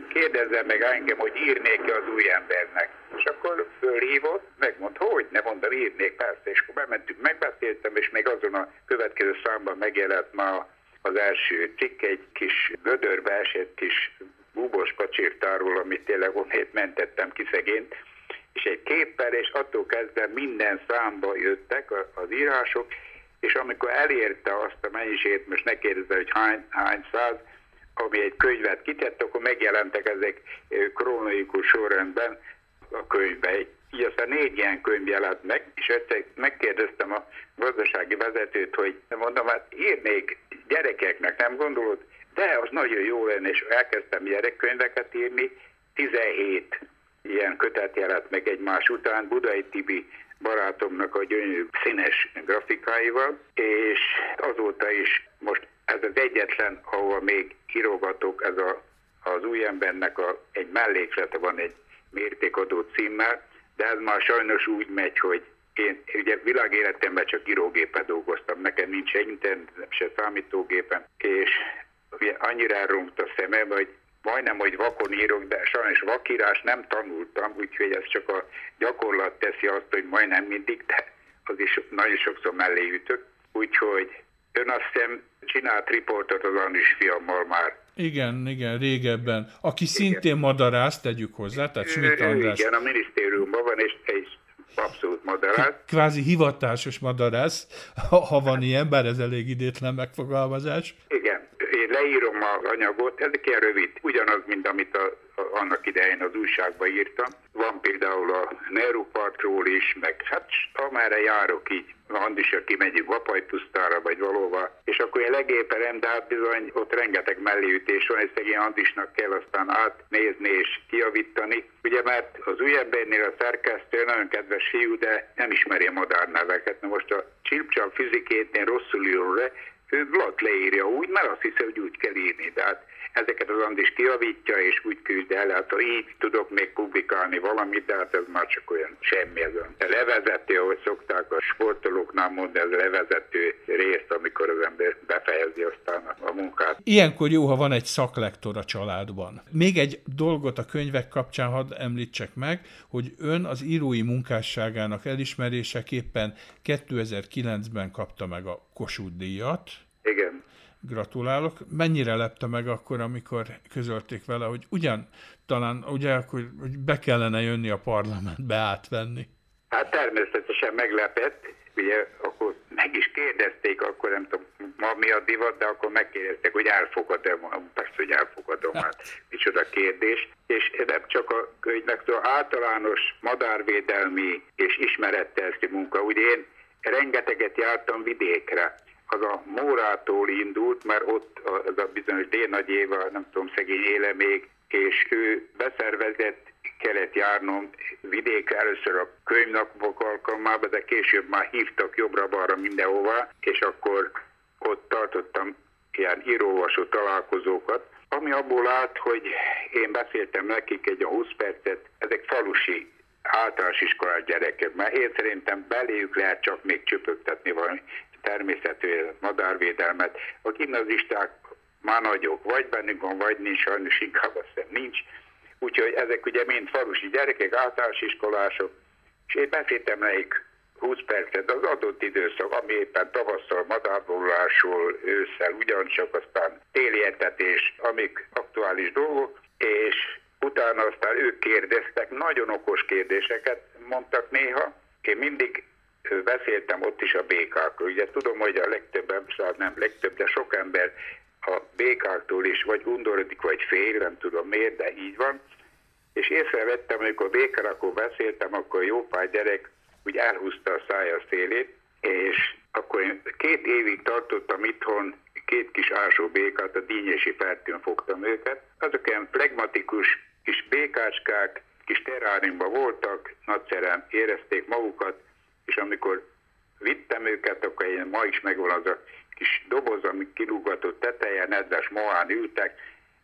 kérdezzen meg engem, hogy írnék-e az új embernek. És akkor fölhívott, megmondta, hogy ne mondom, írnék, persze, és akkor bementünk, megbeszéltem, és még azon a következő számban megjelent ma az első cikk, egy kis gödörbe esett kis búbos pacsirtáról, amit tényleg onnét mentettem ki szegényt, és egy képpel, és attól kezdve minden számba jöttek az írások, és amikor elérte azt a mennyiségét, most ne kérdezze, hogy hány, hány száz, ami egy könyvet kitett, akkor megjelentek ezek kronológikus sorrendben a könyvbe. Így aztán négy ilyen könyv jelent meg, és egyszer megkérdeztem a gazdasági vezetőt, hogy mondom, hát írnék gyerekeknek, nem gondolod? De az nagyon jó lenne, és elkezdtem gyerekkönyveket írni, tizenhét ilyen kötet jelent meg egymás után, Budai Tibi barátomnak a gyönyörű színes grafikáival, és azóta is most ez az egyetlen, ahol még írogatok, ez a, az új embernek a, egy melléklete van egy mértékadó címmel, de ez már sajnos úgy megy, hogy én ugye világéletemben csak írógépen dolgoztam, nekem nincs se internet, se számítógépen, és ugye annyira elromlt a szemem, hogy majdnem, hogy vakon írok, de sajnos vakírás nem tanultam, úgyhogy ez csak a gyakorlat teszi azt, hogy majdnem mindig, de az is nagyon sokszor mellé ütök. Úgyhogy ön azt hiszem csinált riportot az Andris fiammal már. Igen, igen, régebben. Aki szintén madarász, tegyük hozzá, tehát Schmidt András. Igen, a minisztériumban van, és egy abszolút madarász. Kvázi hivatásos madarász, ha, ha van ilyen, bár ez elég idétlen megfogalmazás. Igen, én leírom az anyagot, ez ilyen rövid, ugyanaz, mint amit a, a, annak idején az újságban írtam. Van például a Nehru-partról is, meg hát amerre járok így, Andisra kimegyünk Vapajpusztára vagy valóva, és akkor én legéperem, de hát bizony ott rengeteg melléütés van, és szegény Andisnak kell aztán átnézni és kijavítani. Ugye mert az új embernél a szerkesztő nagyon kedves fiú, de nem ismeri a madárneveket. Na most a Csirpcsap fizikétnél rosszul író le, ő glatt leírja úgy, mert azt hiszi, hogy úgy kell írni. Tehát ezeket az Andis kijavítja, és úgy küld el, hát így tudok még publikálni valamit, de hát ez már csak olyan semmi. Ez a levezető, ahogy szokták a sportolóknál mondani, ez a levezető részt, amikor az ember befejezi aztán a munkát. Ilyenkor jó, ha van egy szaklektor a családban. Még egy dolgot a könyvek kapcsán hadd említsek meg, hogy ön az írói munkásságának elismeréseképpen kétezer-kilencben kapta meg a Kossuth-díjat. Igen. Gratulálok. Mennyire lepte meg akkor, amikor közölték vele, hogy ugyan talán ugye, akkor, hogy be kellene jönni a parlamentbe átvenni? Hát természetesen meglepett. Ugye akkor meg is kérdezték, akkor nem tudom, ma mi a divat, de akkor megkérdezték, hogy elfogadom, persze, hogy elfogadom, hát micsoda kérdés. És nem csak a könyvnek, szóval általános madárvédelmi és ismeretterjesztő munka. Ugye én rengeteget jártam vidékre. Az a Mórától indult, mert ott az a bizonyos D. Nagy Éva, nem tudom, szegény éle még, és ő beszervezett, kellett járnom vidékre először a könyvnapok alkalmában, de később már hívtak jobbra-balra mindenhova, és akkor ott tartottam ilyen íróolvasó találkozókat, ami abból állt, hogy én beszéltem nekik egy húsz percet, ezek falusi általános iskolás gyerekek, mert én szerintem beléjük lehet csak még csöpögtetni valami természetvédelmet, madárvédelmet. A gimnazisták már nagyok, vagy bennünk van, vagy nincs, sajnos inkább azt hiszem nincs. Úgyhogy ezek ugye mind falusi gyerekek, általános iskolások, és én beszéltem nekik húsz percet az adott időszak, ami éppen tavasszal, madárvonulásról, ősszel, ugyancsak aztán téli etetés, amik aktuális dolgok, és utána aztán ők kérdeztek, nagyon okos kérdéseket mondtak néha. Én mindig beszéltem ott is a békákról. Ugye tudom, hogy a legtöbb, szóval nem legtöbb, de sok ember a békáktól is vagy undorodik, vagy fél, nem tudom miért, de így van. És észrevettem, amikor békárakról beszéltem, akkor jó pár gyerek úgy elhúzta a szája szélét, és akkor én két évig tartottam itthon két kis ásó békát, a Dínyesi Fertőn fogtam őket. Azok ilyen flegmatikus kis békácskák, kis terráriumban voltak, nagyszerűen érezték magukat, és amikor vittem őket, akkor én ma is megvan az a kis doboz, ami kilúgatott teteje, nedves mohán ültek,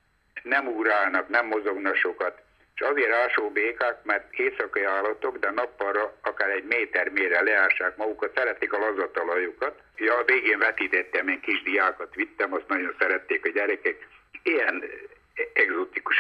nem ugrálnak, nem mozognak sokat, és azért ásó békák, mert éjszakai állatok, de nappalra akár egy méter mélyre leássák magukat, szeretik a lazatalajukat. Ja, a végén vetítettem, én kis diákat vittem, azt nagyon szerették a gyerekek. Ilyen egzotikus állatok.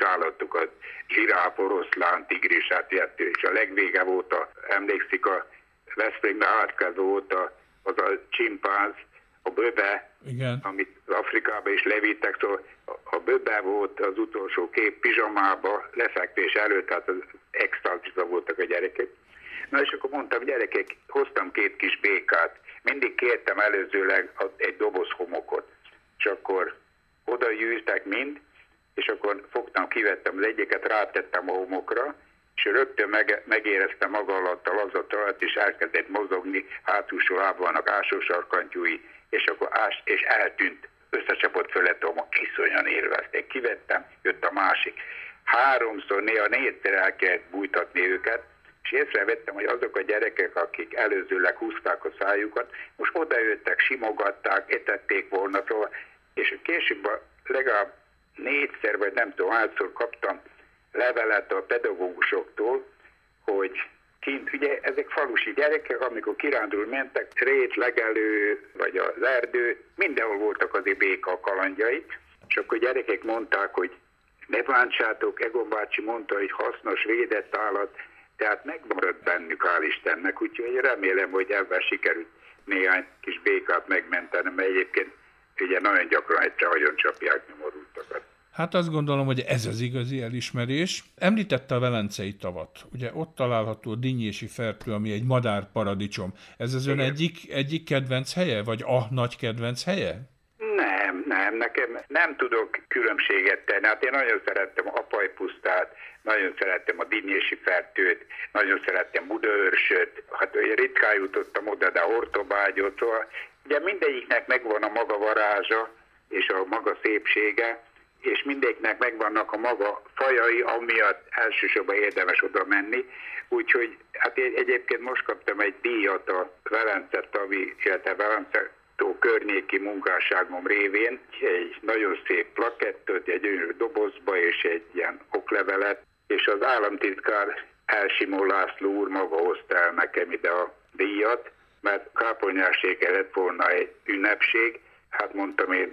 állatokat, zsiráf, oroszlán, tigris, hát és a legvége volt, a, emlékszik, a Veszprémben átkező volt a, az a csimpánz, a böbe, igen, amit Afrikába is levittek, szóval a böbe volt az utolsó kép pizsamába, lefekvés előtt, tehát az extázisban voltak a gyerekek. Na és akkor mondtam, gyerekek, hoztam két kis békát, mindig kértem előzőleg egy doboz homokot, és akkor oda gyűjtek mind, és akkor fogtam, kivettem az egyiket, rátettem a homokra, és rögtön meg, megéreztem maga alatt a lazat alatt, és elkezdett mozogni, hátulsó lábának ásósarkantyúi, és akkor ás, és eltűnt, összecsapott fölött a homok, iszonyan élvezték. Kivettem, jött a másik. Háromszor, néha négyszer el kellett bújtatni őket, és észrevettem, hogy azok a gyerekek, akik előzőleg húzták a szájukat, most odajöttek, simogatták, etették volna, szóval, és később legalább négyszer, vagy nem tudom, hányszor kaptam levelet a pedagógusoktól, hogy kint, ugye ezek falusi gyerekek, amikor kirándul mentek, rét, legelő, vagy az erdő, mindenhol voltak azért béka kalandjai, és akkor gyerekek mondták, hogy ne bántsátok, Egon bácsi mondta, hogy hasznos, védett állat, tehát megmaradt bennük, hál' Istennek, úgyhogy remélem, hogy ebben sikerült néhány kis békát megmentenem, mert egyébként ugye nagyon gyakran egyszer nagyon csapják nyomorultakat. Hát azt gondolom, hogy ez az igazi elismerés. Említette a Velencei tavat. Ugye ott található a Dinnyési Fertő, ami egy madárparadicsom. Ez az ön egyik, egyik kedvenc helye, vagy a nagy kedvenc helye? Nem, nem, nekem nem tudok különbséget tenni. Hát én nagyon szerettem a Apajpusztát, nagyon szerettem a Dinnyési Fertőt, nagyon szerettem Budaörsöt, hát ritkán jutottam oda, de a Hortobágyot, szóval ugye mindegyiknek megvan a maga varázsa és a maga szépsége, és mindegyiknek megvannak a maga fajai, amiatt elsősorban érdemes oda menni. Úgyhogy hát én egyébként most kaptam egy díjat a Velence tavi, illetve Velence tó környéki munkásságom révén, egy nagyon szép plakettot, egy gyönyörű dobozba és egy ilyen oklevelet, és az államtitkár Elsimó László úr maga hozta el nekem ide a díjat, mert Kápolnyásségen lett volna egy ünnepség, hát mondtam én,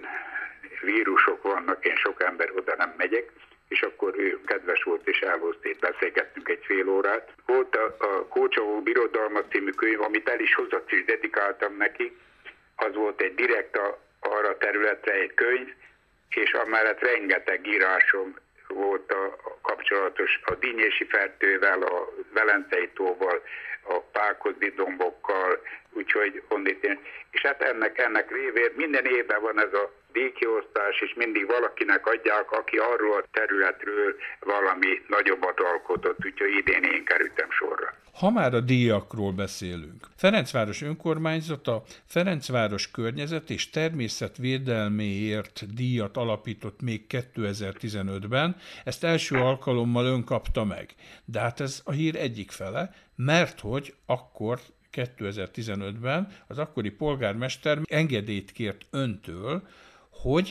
vírusok vannak, én sok ember oda nem megyek, és akkor ő kedves volt, és elhozta, itt beszélgettünk egy fél órát. Volt a, a Kócsavó Birodalma című könyv, amit el is hozott, és dedikáltam neki, az volt egy direkt a, arra a területre egy könyv, és amellett rengeteg írásom volt a, a kapcsolatos a Dinnyési Fertővel, a Velencei tóval, a Pákozdi dombokkal, úgyhogy onnét én. És hát ennek, ennek révén minden évben van ez a díjkiosztás, és mindig valakinek adják, aki arról a területről valami nagyobbat alkotott, úgyhogy idén én kerültem sorra. Ha már a díjakról beszélünk, Ferencváros önkormányzata Ferencváros környezet és természetvédelméért díjat alapított még kétezer-tizenötben, ezt első alkalommal ön kapta meg. De hát ez a hír egyik fele, mert hogy akkor kétezer-tizenötben az akkori polgármester engedélyt kért öntől, hogy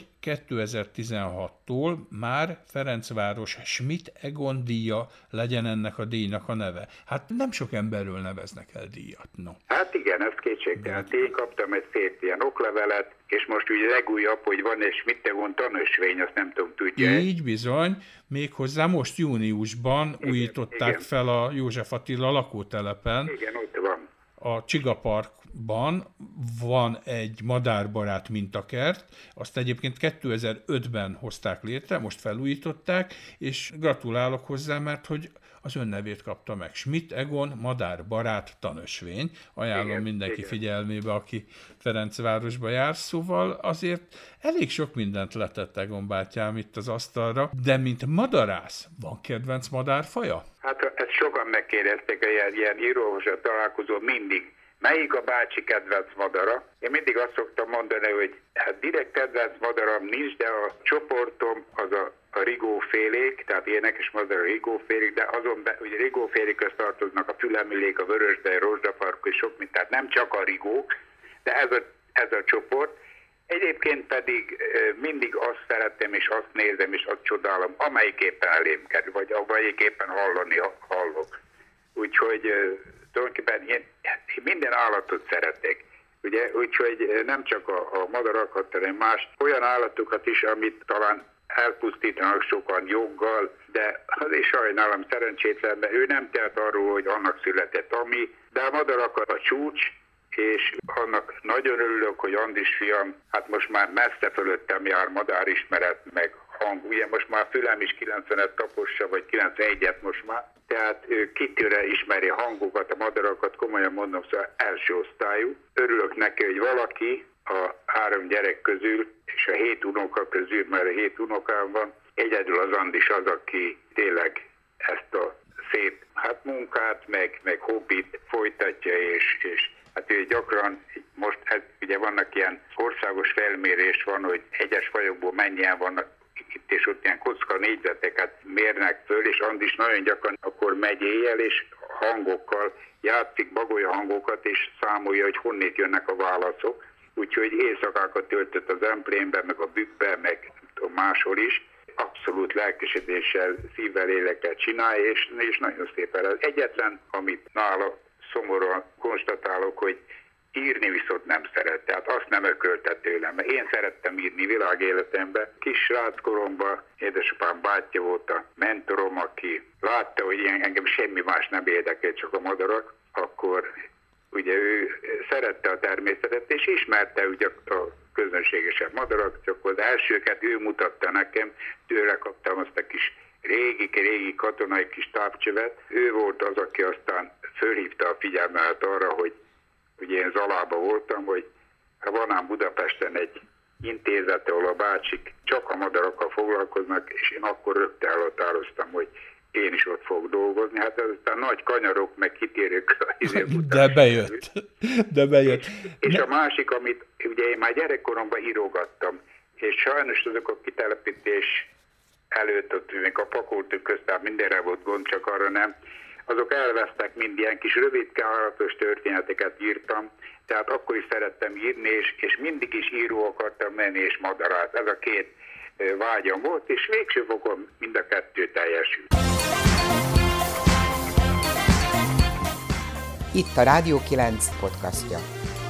kétezer-tizenhattól már Ferencváros Schmidt Egon díja legyen ennek a díjnak a neve. Hát nem sok emberről neveznek el díjat, no. Hát igen, ez kétségtelen. Én kaptam egy szép ilyen oklevelet, és most ugye legújabb, hogy van egy Schmidt Egon tanösvény, azt nem tudom, tudja. Így bizony, méghozzá most júniusban igen, újították igen. fel a József Attila lakótelepen. Igen, ott van. A Csiga Parkban van egy madárbarát mintakert, azt egyébként kétezer-ötben hozták létre, most felújították, és gratulálok hozzá, mert hogy az ön nevét kapta meg. Schmidt Egon madárbarát tanösvény. Ajánlom igen, mindenki igen. figyelmébe, aki Ferencvárosba jár, szóval azért elég sok mindent letett Egon bátyám itt az asztalra, de mint madarász, van kedvenc madárfaja? Hát ezt sokan megkérdezték, hogy ilyen, ilyen írósra találkozó mindig. Melyik a bácsi kedvenc madara? Én mindig azt szoktam mondani, hogy hát direkt kedvenc madaram nincs, de a csoportom az a, a rigófélék, tehát énekes madara a rigófélék, de azon be, ugye rigófélékhöz tartoznak a fülemülék, a vörösdej, rozsdafarkú és sok mint, tehát nem csak a rigók, de ez a, ez a csoport. Egyébként pedig mindig azt szeretem, és azt nézem, és azt csodálom, amelyik éppen elém kerül, vagy amelyik éppen hallani hallok. Úgyhogy tulajdonképpen én, én minden állatot szeretek. Ugye, úgyhogy nem csak a, a madarakat, hanem más olyan állatokat is, amit talán elpusztítanak sokan joggal, de azért sajnálom szerencsétlen, mert ő nem tehet arról, hogy annak született ami, de a madarakat a csúcs, és annak nagyon örülök, hogy Andis fiam, hát most már messze fölöttem jár madárismeret, meg hang, ugye most már fülem is kilencvenet tapossa, vagy kilencvenegyet most már, tehát ő kitűre ismeri a hangokat, a madarakat, komolyan mondom, szóval első osztályú. Örülök neki, hogy valaki a három gyerek közül, és a hét unoka közül, mert a hét unokám van, egyedül az Andis az, aki tényleg ezt a szép hát munkát, meg, meg hobbit folytatja, és, és hát ő gyakran, most hát ugye vannak ilyen országos felmérés van, hogy egyes fajokból mennyien vannak itt és ott ilyen kocka négyzeteket mérnek föl, és Andis nagyon gyakran akkor megy éjjel, és hangokkal játszik bagolya hangokat, és számolja, hogy honnét jönnek a válaszok. Úgyhogy éjszakákat töltött az emplénben, meg a bükkben, meg máshol is. Abszolút lelkesedéssel, szívvel, lélekkel csinálja, és, és nagyon szépen. Az egyetlen, amit nála szomorúan konstatálok, hogy írni viszont nem szeret, tehát azt nem ökölte tőlem, mert én szerettem írni világéletemben. Kis sráckoromban édesapám bátyja volt a mentorom, aki látta, hogy engem semmi más nem érdekel, csak a madarak, akkor ugye ő szerette a természetet, és ismerte ugye a közönségesebb madarak, csak az elsőket ő mutatta nekem, tőle kaptam azt a kis régi, régi katonai kis tápcsövet. Ő volt az, aki aztán fölhívta a figyelmet arra, hogy ugye én Zalában voltam, hogy van ám Budapesten egy intézet, ahol a bácsik csak a madarakkal foglalkoznak, és én akkor rögtön elhatároztam, hogy én is ott fogok dolgozni. Hát aztán nagy kanyarok, meg kitérők. De bejött. De bejött. És, és a másik, amit ugye én már gyerekkoromban írogattam, és sajnos azok a kitelepítés előtt, ott még a pakoltők köztán mindenre volt gond, csak arra nem, azok elvesztek, mind ilyen kis rövidke haratos történeteket írtam, tehát akkor is szerettem írni, és, és mindig is író akartam menni, és madarász. Ez a két vágyam volt, és végső fokon mind a kettő teljesült. Itt a Rádió kilenc podcastja.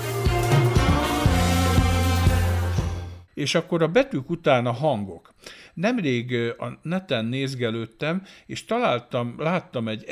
És akkor a betűk után a hangok. Nemrég a neten nézgelődtem, és találtam, láttam egy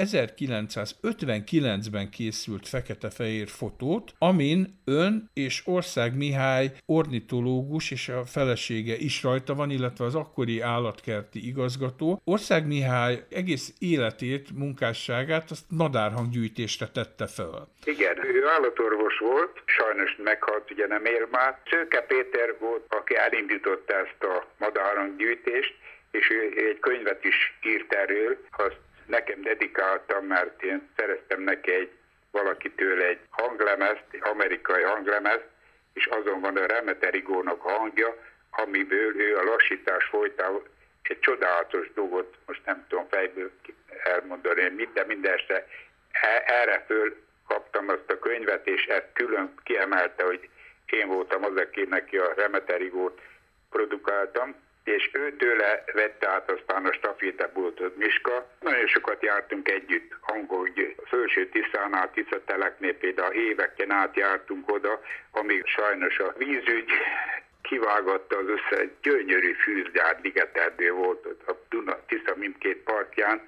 ezerkilencszázötvenkilencben készült fekete-fehér fotót, amin ön és Ország Mihály ornitológus és a felesége is rajta van, illetve az akkori állatkerti igazgató. Ország Mihály egész életét, munkásságát azt madárhanggyűjtésre tette fel. Igen, ő állatorvos volt, sajnos meghalt, ugye nem ér már. Szőke Péter volt, aki elindította ezt a madárhanggyűjtést, és ő egy könyvet is írt erről, azt nekem dedikáltam, mert én szereztem neki egy valakitől egy hanglemezt, amerikai hanglemezt, és azon van a Remeterigónak a hangja, amiből ő a lassítás folytán egy csodálatos dolgot, most nem tudom fejből elmondani, mit, de mindeneste erre föl kaptam azt a könyvet, és ezt külön kiemelte, hogy én voltam az, aki neki a Remeterigót produkáltam, és őtőle vette át aztán a stafétaboltot Miska. Nagyon sokat jártunk együtt Angol, a Fölső Tiszánál, Tiszateleknél például éveken át jártunk oda, amíg sajnos a vízügy kivágatta az össze, gyönyörű fűzgyár, ligeterdő volt ott a Duna, Tisza mindkét partján,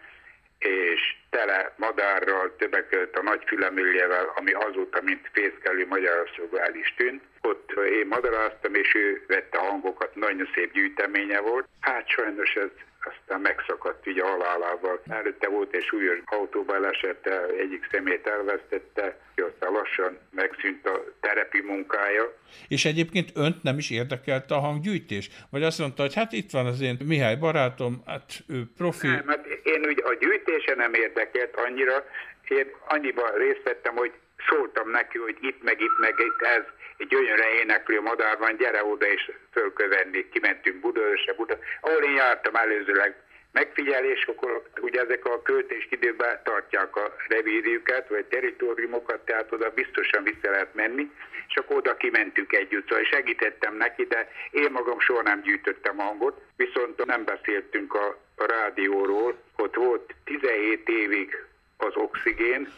és tele madárral, többek között a nagy fülemüljevel, ami azóta, mint fészkelő Magyarországon el is tűnt. Ott én madaráztam, és ő vette a hangokat, nagyon szép gyűjteménye volt. Hát sajnos ez aztán megszakadt ugye halálával. Előtte volt egy súlyos autóbaleset, egyik szemét elvesztette, aztán lassan megszűnt a terepi munkája. És egyébként önt nem is érdekelte a hanggyűjtés? Vagy azt mondta, hogy hát itt van az én Mihály barátom, hát ő profi. Nem, hát én ugye a gyűjtése nem érdekelt annyira, én annyiban részt vettem, hogy szóltam neki, hogy itt meg itt meg itt ez egy gyönyörűen éneklő madár van, gyere oda és fölkövenni. Kimentünk Budaörsre, Buda, ahol én jártam előzőleg megfigyelés, akkor ugye ezek a költésidőben tartják a revírjüket, vagy teritoriumokat, tehát oda biztosan vissza lehet menni, és akkor oda kimentünk együtt, szóval segítettem neki, de én magam soha nem gyűjtöttem hangot, viszont nem beszéltünk a, a rádióról, ott volt tizenhét évig az Oxigén.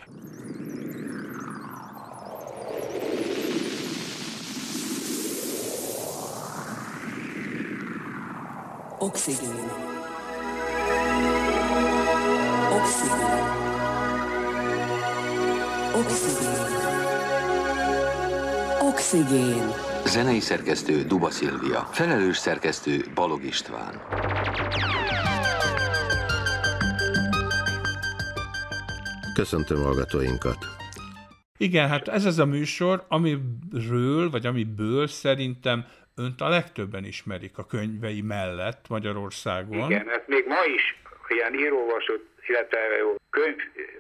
Oxigén. Oxigén. Oxigén. Oxigén. Zenei szerkesztő Duba Szilvia. Felelős szerkesztő Balog István. Köszöntöm hallgatóinkat! Igen, hát ez az a műsor, amiről, vagy amiből szerintem önt a legtöbben ismerik a könyvei mellett Magyarországon. Igen, ez még ma is ilyen íróvasott, illetve könyv,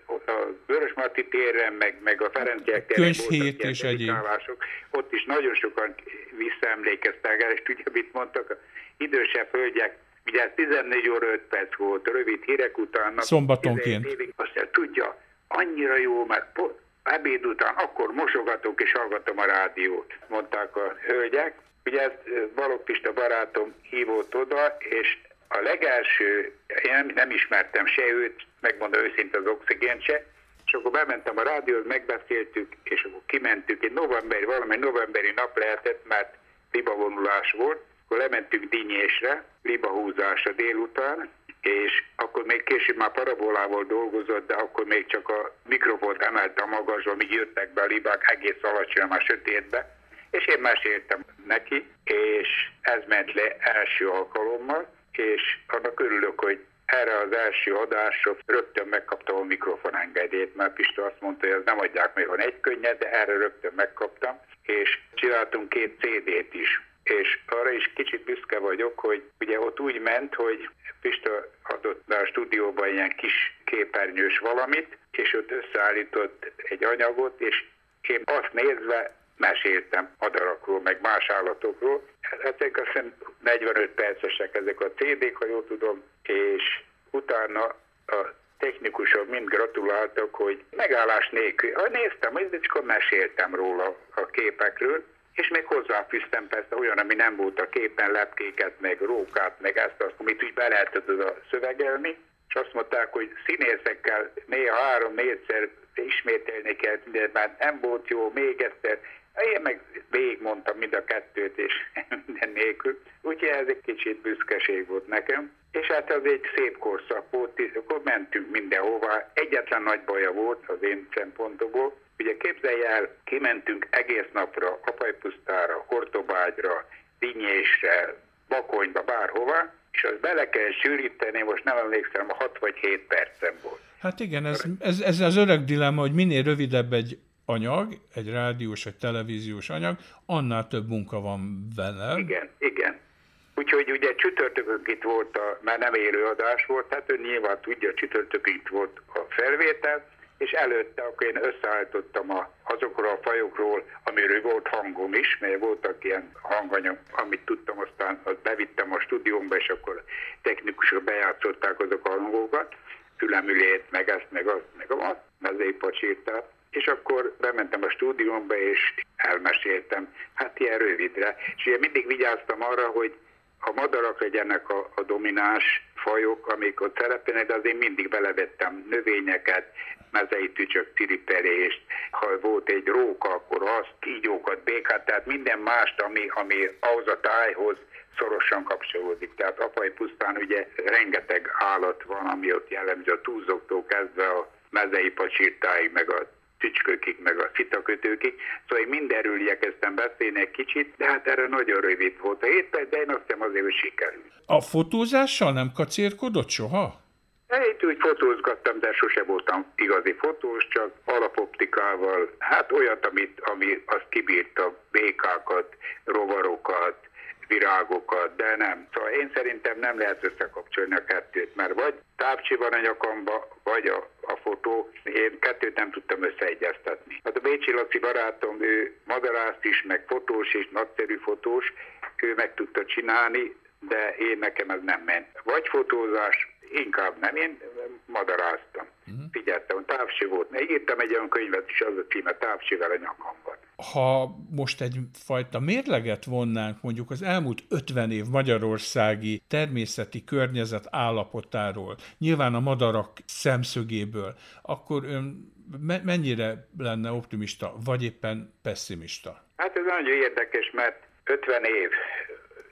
a Vörös Marti téren, meg, meg a Ferenciek téren könyvhét és egyéb. Ott is nagyon sokan visszaemlékeztek el, és tudja, mit mondtak, idősebb hölgyek, ugye ez tizennégy óra öt perc volt, rövid hírek után. Szombatonként. Évig, azt mondja, tudja, annyira jó, mert ebéd után akkor mosogatok és hallgatom a rádiót, mondták a hölgyek. Ugye ezt Balogh Pista barátom hívott oda, és a legelső, én nem, nem ismertem se őt, megmondom őszintén az Oxigént se, és akkor bementem a rádióhoz, megbeszéltük, és akkor kimentünk, egy novemberi, valami novemberi nap lehetett, mert libavonulás volt, akkor lementünk Dínyésre, libahúzásra délután, és akkor még később már parabolával dolgozott, de akkor még csak a mikrofont emelte a magasba, míg jöttek be a libák egész alacsony, már sötétbe, és én meséltem neki, és ez ment le első alkalommal, és annak örülök, hogy erre az első adásra rögtön megkaptam a mikrofonengedélyt, mert Pista azt mondta, hogy ezt nem adják még van egy könnyed, de erre rögtön megkaptam, és csináltunk két cé dét is. És arra is kicsit büszke vagyok, hogy ugye ott úgy ment, hogy Pista adott be a stúdióban ilyen kis képernyős valamit, és ott összeállított egy anyagot, és én azt nézve meséltem madarakról, meg más állatokról. Ezek azt hiszem negyvenöt percesek ezek a cé dék, ha jól tudom, és utána a technikusok mind gratuláltak, hogy megállás nélkül. Ha néztem, és akkor meséltem róla a képekről, és még hozzáfűztem persze olyan, ami nem volt a képen, lepkéket, meg rókát, meg ezt, azt, amit úgy be lehetett oda szövegelni, és azt mondták, hogy színészekkel néha három-négyszer ismételni kell, de már nem volt jó, még egyszer. Én meg végigmondtam mind a kettőt, és minden nélkül. Úgyhogy ez egy kicsit büszkeség volt nekem. És hát az egy szép korszak volt, akkor mentünk mindenhova. Egyetlen nagy baja volt az én szempontomból. Ugye képzelj el, kimentünk egész napra Apajpusztára, Hortobágyra, Dínyésre, Bakonyba, bárhova, és azt bele kell sűríteni, most nem emlékszem, a hat vagy hét percen volt. Hát igen, ez, ez, ez az öreg dilemma, hogy minél rövidebb egy anyag, egy rádiós, egy televíziós anyag, annál több munka van vele. Igen, igen. Úgyhogy ugye csütörtökön itt volt, a, már nem élő adás volt, tehát ő nyilván tudja, csütörtökön itt volt a felvétel, és előtte akkor én összeállítottam a, azokról a fajokról, amiről volt hangom is, mert voltak ilyen hanganyag, amit tudtam, aztán azt bevittem a stúdiómba, és akkor technikusok bejátszották azok a hangokat, fülemülét, meg ezt, meg azt, meg azt, mezőpacsírtát. És akkor bementem a stúdiómba, és elmeséltem, hát ilyen rövidre. És ugye mindig vigyáztam arra, hogy a madarak legyenek a, a domináns fajok, amik ott szerepelnek, de azért mindig belevettem növényeket, mezei tücsök, ciripelést, ha volt egy róka, akkor azt, kígyókat, békát, tehát minden mást, ami, ami ahhoz a tájhoz szorosan kapcsolódik. Tehát Apajpusztán ugye rengeteg állat van, ami ott jellemző a túlzoktól kezdve a mezei pacsirtáig, meg a tücskökig, meg a citakötőkig. Szóval én mindenről igyekeztem beszélni egy kicsit, de hát erre nagyon rövid volt a hét perc, de én azt hiszem azért, hogy sikerült. A fotózással nem kacérkodott soha? Én úgy fotózgattam, de sose voltam igazi fotós, csak alapoptikával, hát olyat, amit, ami azt kibírta, békákat, rovarokat, virágokat, de nem. Szóval én szerintem nem lehet összekapcsolni a kettőt, mert vagy távcsi van a nyakamba, vagy a, a fotó. Én kettőt nem tudtam összeegyeztetni. Hát a Bécsi Laci barátom, ő madarászt is, meg fotós és nagyszerű fotós, ő meg tudta csinálni, de én nekem ez nem ment. Vagy fotózás, inkább nem, én madaráztam. Uh-huh. Figyeltem, távcsi volt. Még írtam egy olyan könyvet is, az a címe, Távcsivel a nyakamban. Ha most egyfajta mérleget vonnánk mondjuk az elmúlt ötven év magyarországi természeti környezet állapotáról, nyilván a madarak szemszögéből, akkor ön mennyire lenne optimista, vagy éppen pesszimista? Hát ez nagyon érdekes, mert ötven év, én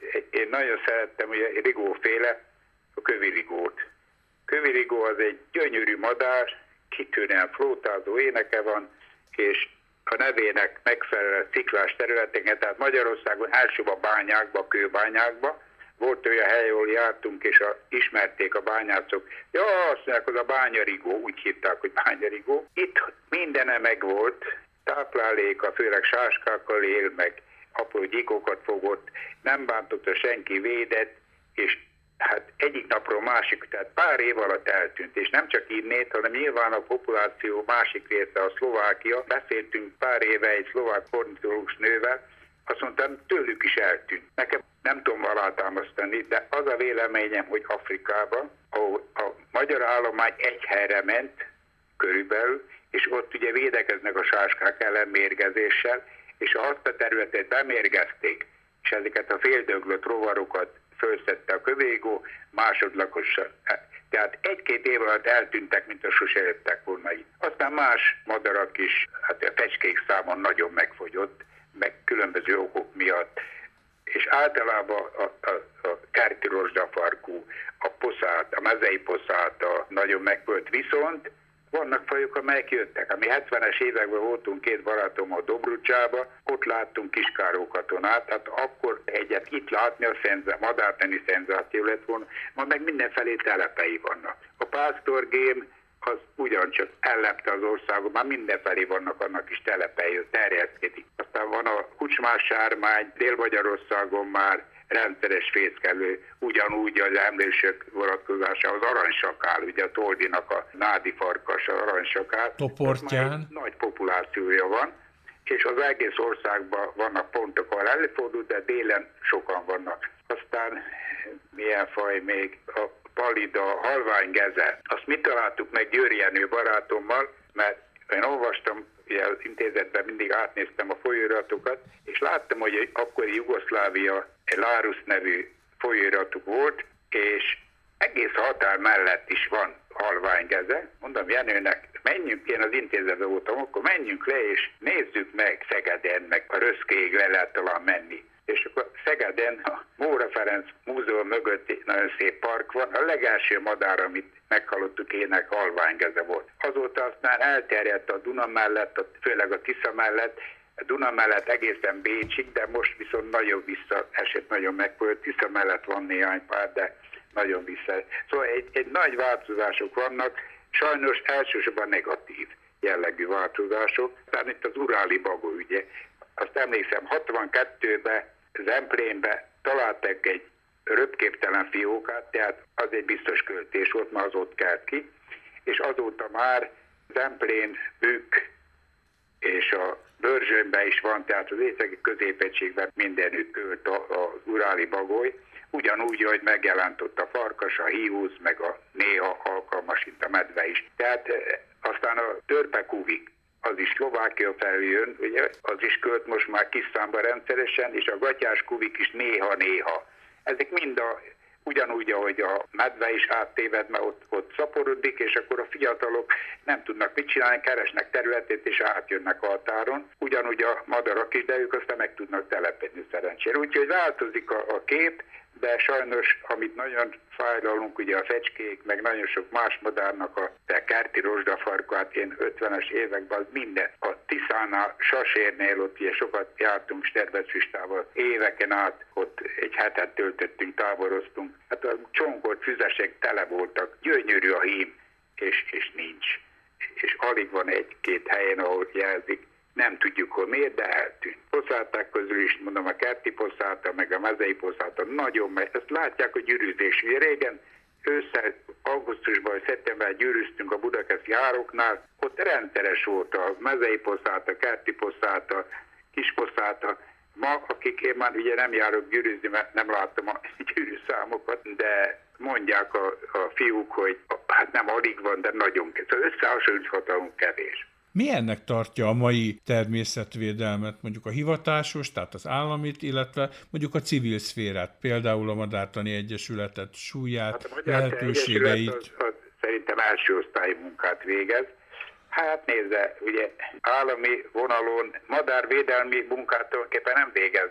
én nagyon szerettem ugye rigóféle, a kövirigót. Kövirigó az egy gyönyörű madár, kitűnően flótázó éneke van, és a nevének megfelelő sziklás területeken, tehát Magyarországon elsőbb a bányákba, kőbányákba. Volt olyan hely, ahol jártunk, és a, ismerték a bányászok. Ja, azt mondják, az a bányarigó, úgy hívták, hogy bányarigó. Itt mindene megvolt, tápláléka, főleg sáskákkal él, meg apró gyíkokat fogott, nem bántotta senki, védett, és hát egyik napról másik, tehát pár év alatt eltűnt, és nem csak innét, hanem nyilván a populáció másik része, a Szlovákia. Beszéltünk pár éve egy szlovák ornitológus nővel, azt mondtam, tőlük is eltűnt. Nekem nem tudom alátámasztani, de az a véleményem, hogy Afrikában, ahol a magyar állomány egy helyre ment körülbelül, és ott ugye védekeznek a sáskák ellen mérgezéssel, és azt a területet bemérgezték, és ezeket a féldöglött rovarokat fölszedte a kövirigó, másodlagosan. Tehát egy-két év alatt eltűntek, mint a sose jöttek volna itt. Aztán más madarak is, hát a fecskék számon nagyon megfogyott, meg különböző okok miatt. És általában a, a, a kerti rozsdafarkú, a poszát, a mezei poszáta nagyon megfogyott, viszont vannak fajok, amelyek jöttek. Ami hetvenes években voltunk két barátommal Dobrucsába, ott láttunk Kiskáró katonát, tehát akkor egyet itt látni a szenza, madártani szenzáció lett volna, ma meg mindenfelé telepei vannak. A pásztorgém az ugyancsak ellepte az országot, már mindenfelé vannak annak is telepei, terjeszkedik. Aztán van a kucsmás sármány, Dél-Magyarországon már rendszeres fészkelő, ugyanúgy az emlősök vonatkozása az aranysakál, ugye a Toldinak a nádi farkas, az aranysakál. Toportyán. Nagy populációja van, és az egész országban vannak pontok, ahol előfordul, de délen sokan vannak. Aztán milyen faj még? A palida, a halványgeze. Azt mi találtuk meg Győri Jenő barátommal, mert én olvastam, ugye az intézetben mindig átnéztem a folyóiratokat, és láttam, hogy akkori Jugoszlávia egy Lárus nevű folyóiratuk volt, és egész határ mellett is van halványgeze. Mondom Jenőnek, menjünk, én az intézetben voltam, akkor menjünk le, és nézzük meg Szegeden, meg a Röszkéig le lehet talán menni. És akkor Szegeden a Móra Ferenc múzeum mögött nagyon szép park van, a legelső madár, amit meghallottuk ének, halványgeze volt. Azóta aztán elterjedt a Duna mellett, főleg a Tisza mellett, a Duna mellett egészen Bécsig, de most viszont nagyon visszaesett, nagyon megfolyott. Tisza mellett van néhány pár, de nagyon vissza. Szóval egy, egy nagy változások vannak, sajnos elsősorban negatív jellegű változások. Tehát itt az uráli bagó ügye. Azt emlékszem, hatvankettőben Zemplénbe találtak egy röpképtelen fiókát, tehát az egy biztos költés volt, mert az ott kelt ki, és azóta már Zemplén, Bükk és a Börzsönben is van, tehát az északi középegységben mindenütt költ az uráli bagoly, ugyanúgy, hogy megjelent ott a farkas, a hiúz, meg a néha alkalmas, mint a medve is. Tehát aztán a törpekuvik, az is Szlovákia felül jön, ugye, az is költ most már kis számba rendszeresen, és a gatyás kuvik is néha-néha. Ezek mind a, ugyanúgy, ahogy a medve is áttéved, mert ott, ott szaporodik, és akkor a fiatalok nem tudnak mit csinálni, keresnek területét, és átjönnek a határon. Ugyanúgy a madarak is, de ők aztán meg tudnak telepedni szerencsére. Úgyhogy változik a, a kép, de sajnos, amit nagyon fájlalunk, ugye a fecskék, meg nagyon sok más madárnak a kerti rozsdafarkát, én ötvenes években az minden. A Tiszánál, Sasérnél, ott ugye sokat jártunk Sterbecfüstával, éveken át ott egy hetet töltöttünk, táboroztunk. Hát a csonkolt füzesek tele voltak, gyönyörű a hím, és, és nincs. És alig van egy-két helyen, ahol jelzik. Nem tudjuk, hogy miért, de eltűnt. Poszáták közül is, mondom, a kerti poszáta, meg a mezei poszáta nagyon megy. Ezt látják, hogy gyűrűzés. Ugye régen ősszel, augusztusban vagy szeptemberben gyűrűztünk a budakeszi ároknál, ott rendszeres volt a mezei poszáta, kerti poszáta, kis poszáta. Ma, akik én már ugye nem járok gyűrűzni, mert nem láttam a gyűrűszámokat, de mondják a, a fiúk, hogy hát nem alig van, de nagyon kevés. Szóval összehasonlíthatóan kevés. Milyennek tartja a mai természetvédelmet, mondjuk a hivatásos, tehát az államit, illetve mondjuk a civil szférát, például a Madártani Egyesületet, súlyát, hát a lehetőségeit? Az, az szerintem első osztályú munkát végez. Hát nézze, ugye állami vonalon madárvédelmi munkát tulajdonképpen nem végeznek.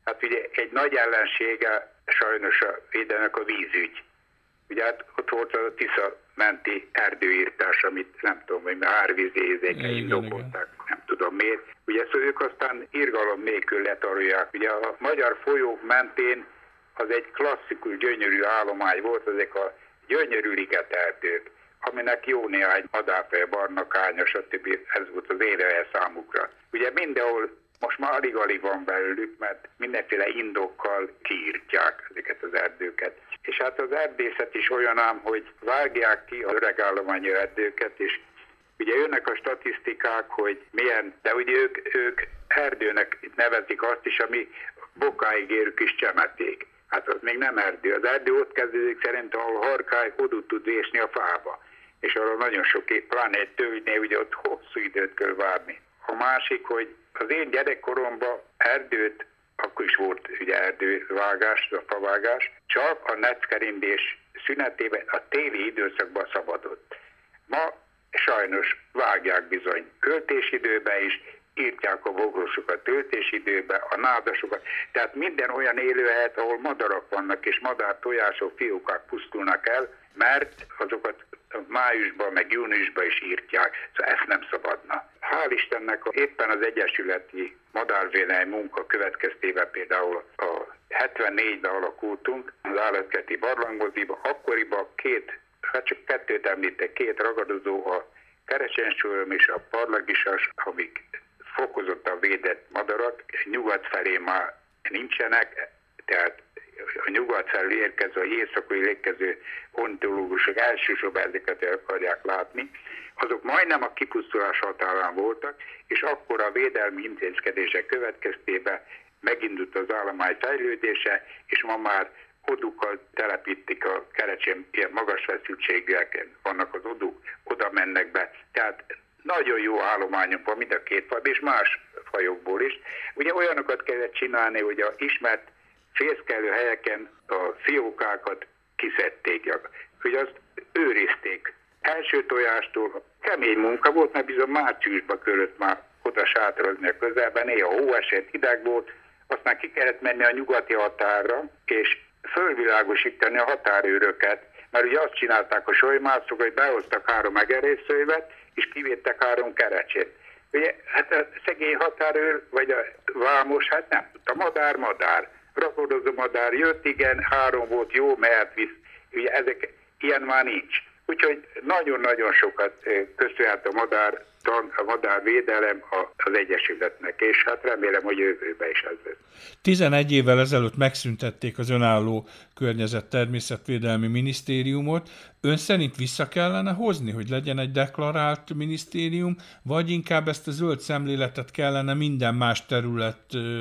Hát ugye egy nagy ellensége sajnos a védelmek a vízügy. Ugye hát ott volt a Tisza menti erdőírtás, amit nem tudom, hogy árvízi érzékei indokolták, nem tudom miért. Ugye szóval ők aztán irgalom nélkül letarolják. Ugye a magyar folyók mentén az egy klasszikus gyönyörű állomány volt, ezek a gyönyörű ligeterdők, aminek jó néhány madárfej, barna kánya, stb. Ez volt az élelje számukra. Ugye mindenhol most már alig-alig van belőlük, mert mindenféle indokkal kiírtják ezeket az erdőket. És hát az erdészet is olyan ám, hogy vágják ki az öreg állományú erdőket, és ugye jönnek a statisztikák, hogy milyen, de ugye ők, ők erdőnek nevezik azt is, ami bokáig érük is csemeték. Hát az még nem erdő. Az erdő ott kezdődik szerint, ahol harkály odút tud vésni a fába. És arra nagyon sok év, pláne egy tőgynél, ugye ott hosszú időt kell várni. A másik, hogy az én gyerekkoromban erdőt, akkor is volt ugye erdővágás, a favágás, csak a neckerindés szünetében a téli időszakban szabadott. Ma sajnos vágják bizony költésidőben is, írtják a bogrósokat töltésidőben, a nádasokat, tehát minden olyan élőhelyet, ahol madarak vannak, és madár tojások, fiókák pusztulnak el, mert azokat májusban, meg júniusban is írtják, szóval ezt nem szabadna. Hál' Istennek éppen az egyesületi madárvédelmi munka következtében például a hetvennégyben alakultunk, az állatkerti barlangmoziba, akkoriban két, hát csak kettőt említek, két ragadozó, a kerecsensúlyom és a parlagisas, amik fokozottan védett madarak, nyugat felé már nincsenek, tehát a nyugat felé érkező, a éjszakai érkező ornitológusok elsősorban ezeket akarják látni, azok majdnem a kipusztulás határán voltak, és akkor a védelmi intézkedések következtében megindult az állomány fejlődése, és ma már odukkal telepítik a kerecsén, ilyen magas feszültségűek vannak az oduk, oda mennek be. Tehát nagyon jó állományunk van mind a két faj, és más fajokból is. Ugye olyanokat kellett csinálni, hogy a ismert fészkelő helyeken a fiókákat kiszedték, hogy azt őrizték. Első tojástól kemény munka volt, mert bizony márciusban körött már oda sátrazni a közelben, néha hó esett, hideg volt, aztán ki kellett menni a nyugati határra, és fölvilágosítani a határőröket, mert ugye azt csinálták a solymászok, hogy behoztak három megerészővet, és kivédtek három kerecsét. Ugye, hát a szegény határőr, vagy a vámos, hát nem tudta, madár, madár. Rakodozó madár jött, igen, három volt, jó, mehet visz. Ugye ezek, ilyen már nincs. Úgyhogy nagyon-nagyon sokat köszönhet a madár, a madárvédelem az Egyesületnek, és hát remélem, hogy jövőben is ez lesz. tizenegy évvel ezelőtt megszüntették az önálló Környezet-Természetvédelmi Minisztériumot. Ön szerint vissza kellene hozni, hogy legyen egy deklarált minisztérium, vagy inkább ezt a zöld szemléletet kellene minden más terület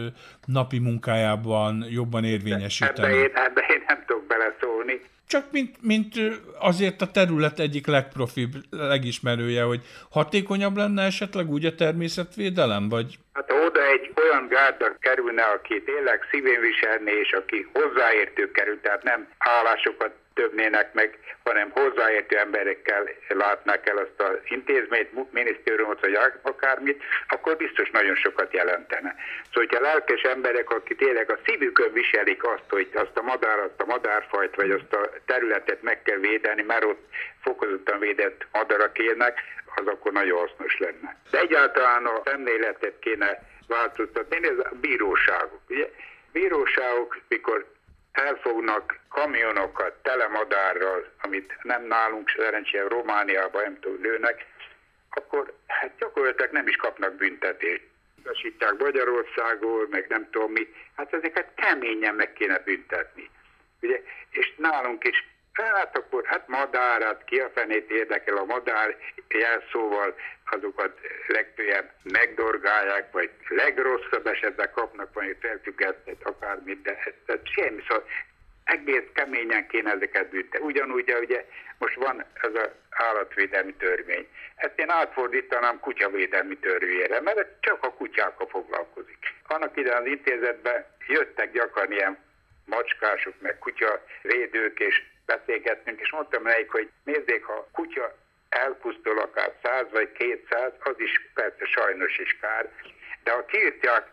napi munkájában jobban érvényesíteni? Ebben én, ebbe én nem tudok beleszólni. Csak mint, mint azért a terület egyik legprofibb, legismerője, hogy hatékonyabb lenne esetleg úgy a természetvédelem, vagy? Hát oda egy olyan gárda kerülne, aki tényleg szívén viselné, és aki hozzáértő kerül, tehát nem állásokat többnének meg, hanem hozzáértő emberekkel látnák el azt az intézményt, minisztériumot, vagy akármit, akkor biztos nagyon sokat jelentene. Szóval, hogyha lelkes emberek, akik tényleg a szívükön viselik azt, hogy azt a madár, azt a madárfajt, vagy azt a területet meg kell védeni, mert ott fokozottan védett madarak élnek, az akkor nagyon hasznos lenne. De egyáltalán a szemléletet kéne változtatni, ez a bíróságok. Ugye? Bíróságok, mikor elfognak kamionokat tele madárral, amit nem nálunk, szerencsére Romániában, nem tudom, lőnek, akkor hát gyakorlatilag nem is kapnak büntetést. Utasítják Magyarországról, meg nem tudom mi, hát ezeket keményen meg kéne büntetni. Ugye? És nálunk is, hát akkor hát madár, hát ki a fenét érdekel a madár, jelszóval azokat legtöbbebb megdorgálják, vagy legrosszabb esetben kapnak valami felfüggesztett akármit, de ez semmi, szóval egész keményen kéne ezeket büntetni. Ugyanúgy, ugye most van ez az állatvédelmi törvény. Ezt én átfordítanám kutyavédelmi törvényre, mert csak a kutyákkal foglalkozik. Annak idején az intézetben jöttek gyakran ilyen macskások, meg kutyavédők, és beszélgettünk, és mondtam nekik, hogy nézzék, ha kutya elpusztul akár száz vagy kétszáz, az is persze sajnos is kár, de ha kiírtják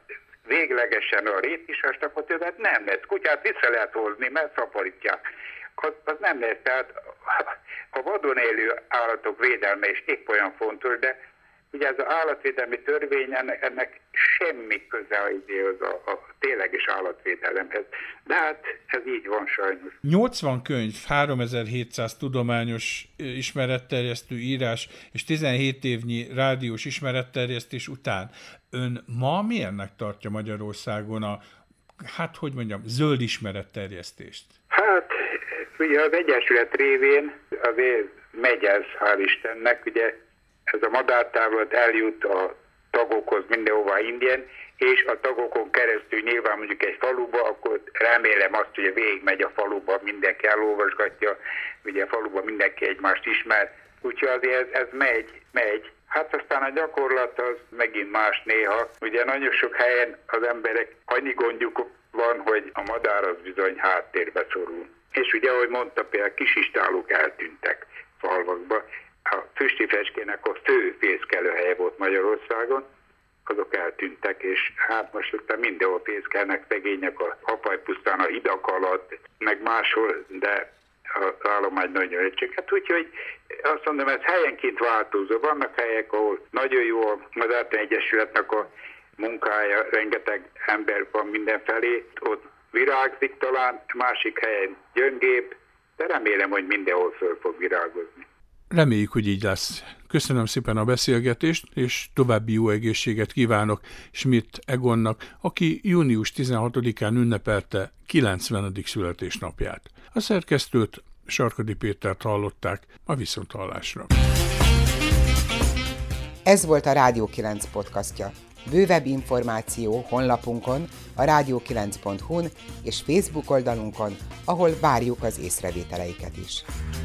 véglegesen a rétisast, akkor többet nem lesz. Kutyát vissza lehet hozni, mert szaporítják. Az, az nem lesz. Tehát a vadon élő állatok védelme is épp olyan fontos, de ugye ez az állatvédelmi törvény, ennek, ennek semmi köze a, a, a tényleges állatvédelemhez. De hát ez így van sajnos. nyolcvan könyv, háromezer-hétszáz tudományos ismeretterjesztő írás és tizenhét évnyi rádiós ismeretterjesztés után ön ma milyennek tartja Magyarországon a, hát hogy mondjam, zöld ismeretterjesztést? Hát ugye az Egyesület révén azért megy ez, hál' Istennek, ugye ez a madártávlat eljut a tagokhoz mindenhová ingyen, és a tagokon keresztül nyilván mondjuk egy faluba, akkor remélem azt, hogy végigmegy a faluba, mindenki elolvasgatja, ugye a faluba mindenki egymást ismer, úgyhogy azért ez, ez megy, megy. Hát aztán a gyakorlat az megint más néha. Ugye nagyon sok helyen az emberek annyi gondjuk van, hogy a madár az bizony háttérbe szorul. És ugye, ahogy mondta, például kisistálók eltűntek falvakba. A füstifecskének a fő fészkelőhelye volt Magyarországon, azok eltűntek, és hát most aztán mindenhol fészkelnek szegények a Apajpusztán, a hidak alatt, meg máshol, de az állomány nagyon öcsök. Hát úgyhogy azt mondom, ez helyenként változó. Vannak helyek, ahol nagyon jó a Madártani Egyesületnek a munkája, rengeteg ember van mindenfelé, ott virágzik talán, másik helyen gyöngébb, de remélem, hogy mindenhol föl fog virágozni. Reméljük, hogy így lesz. Köszönöm szépen a beszélgetést, és további jó egészséget kívánok Schmidt Egonnak, aki június tizenhatodikán ünnepelte kilencvenedik születésnapját. A szerkesztőt, Sarkadi Pétert hallották, a viszonthallásra. Ez volt a Rádió kilenc podcastja. Bővebb információ honlapunkon, a rádió kilenc pont hu-n és Facebook oldalunkon, ahol várjuk az észrevételeiket is.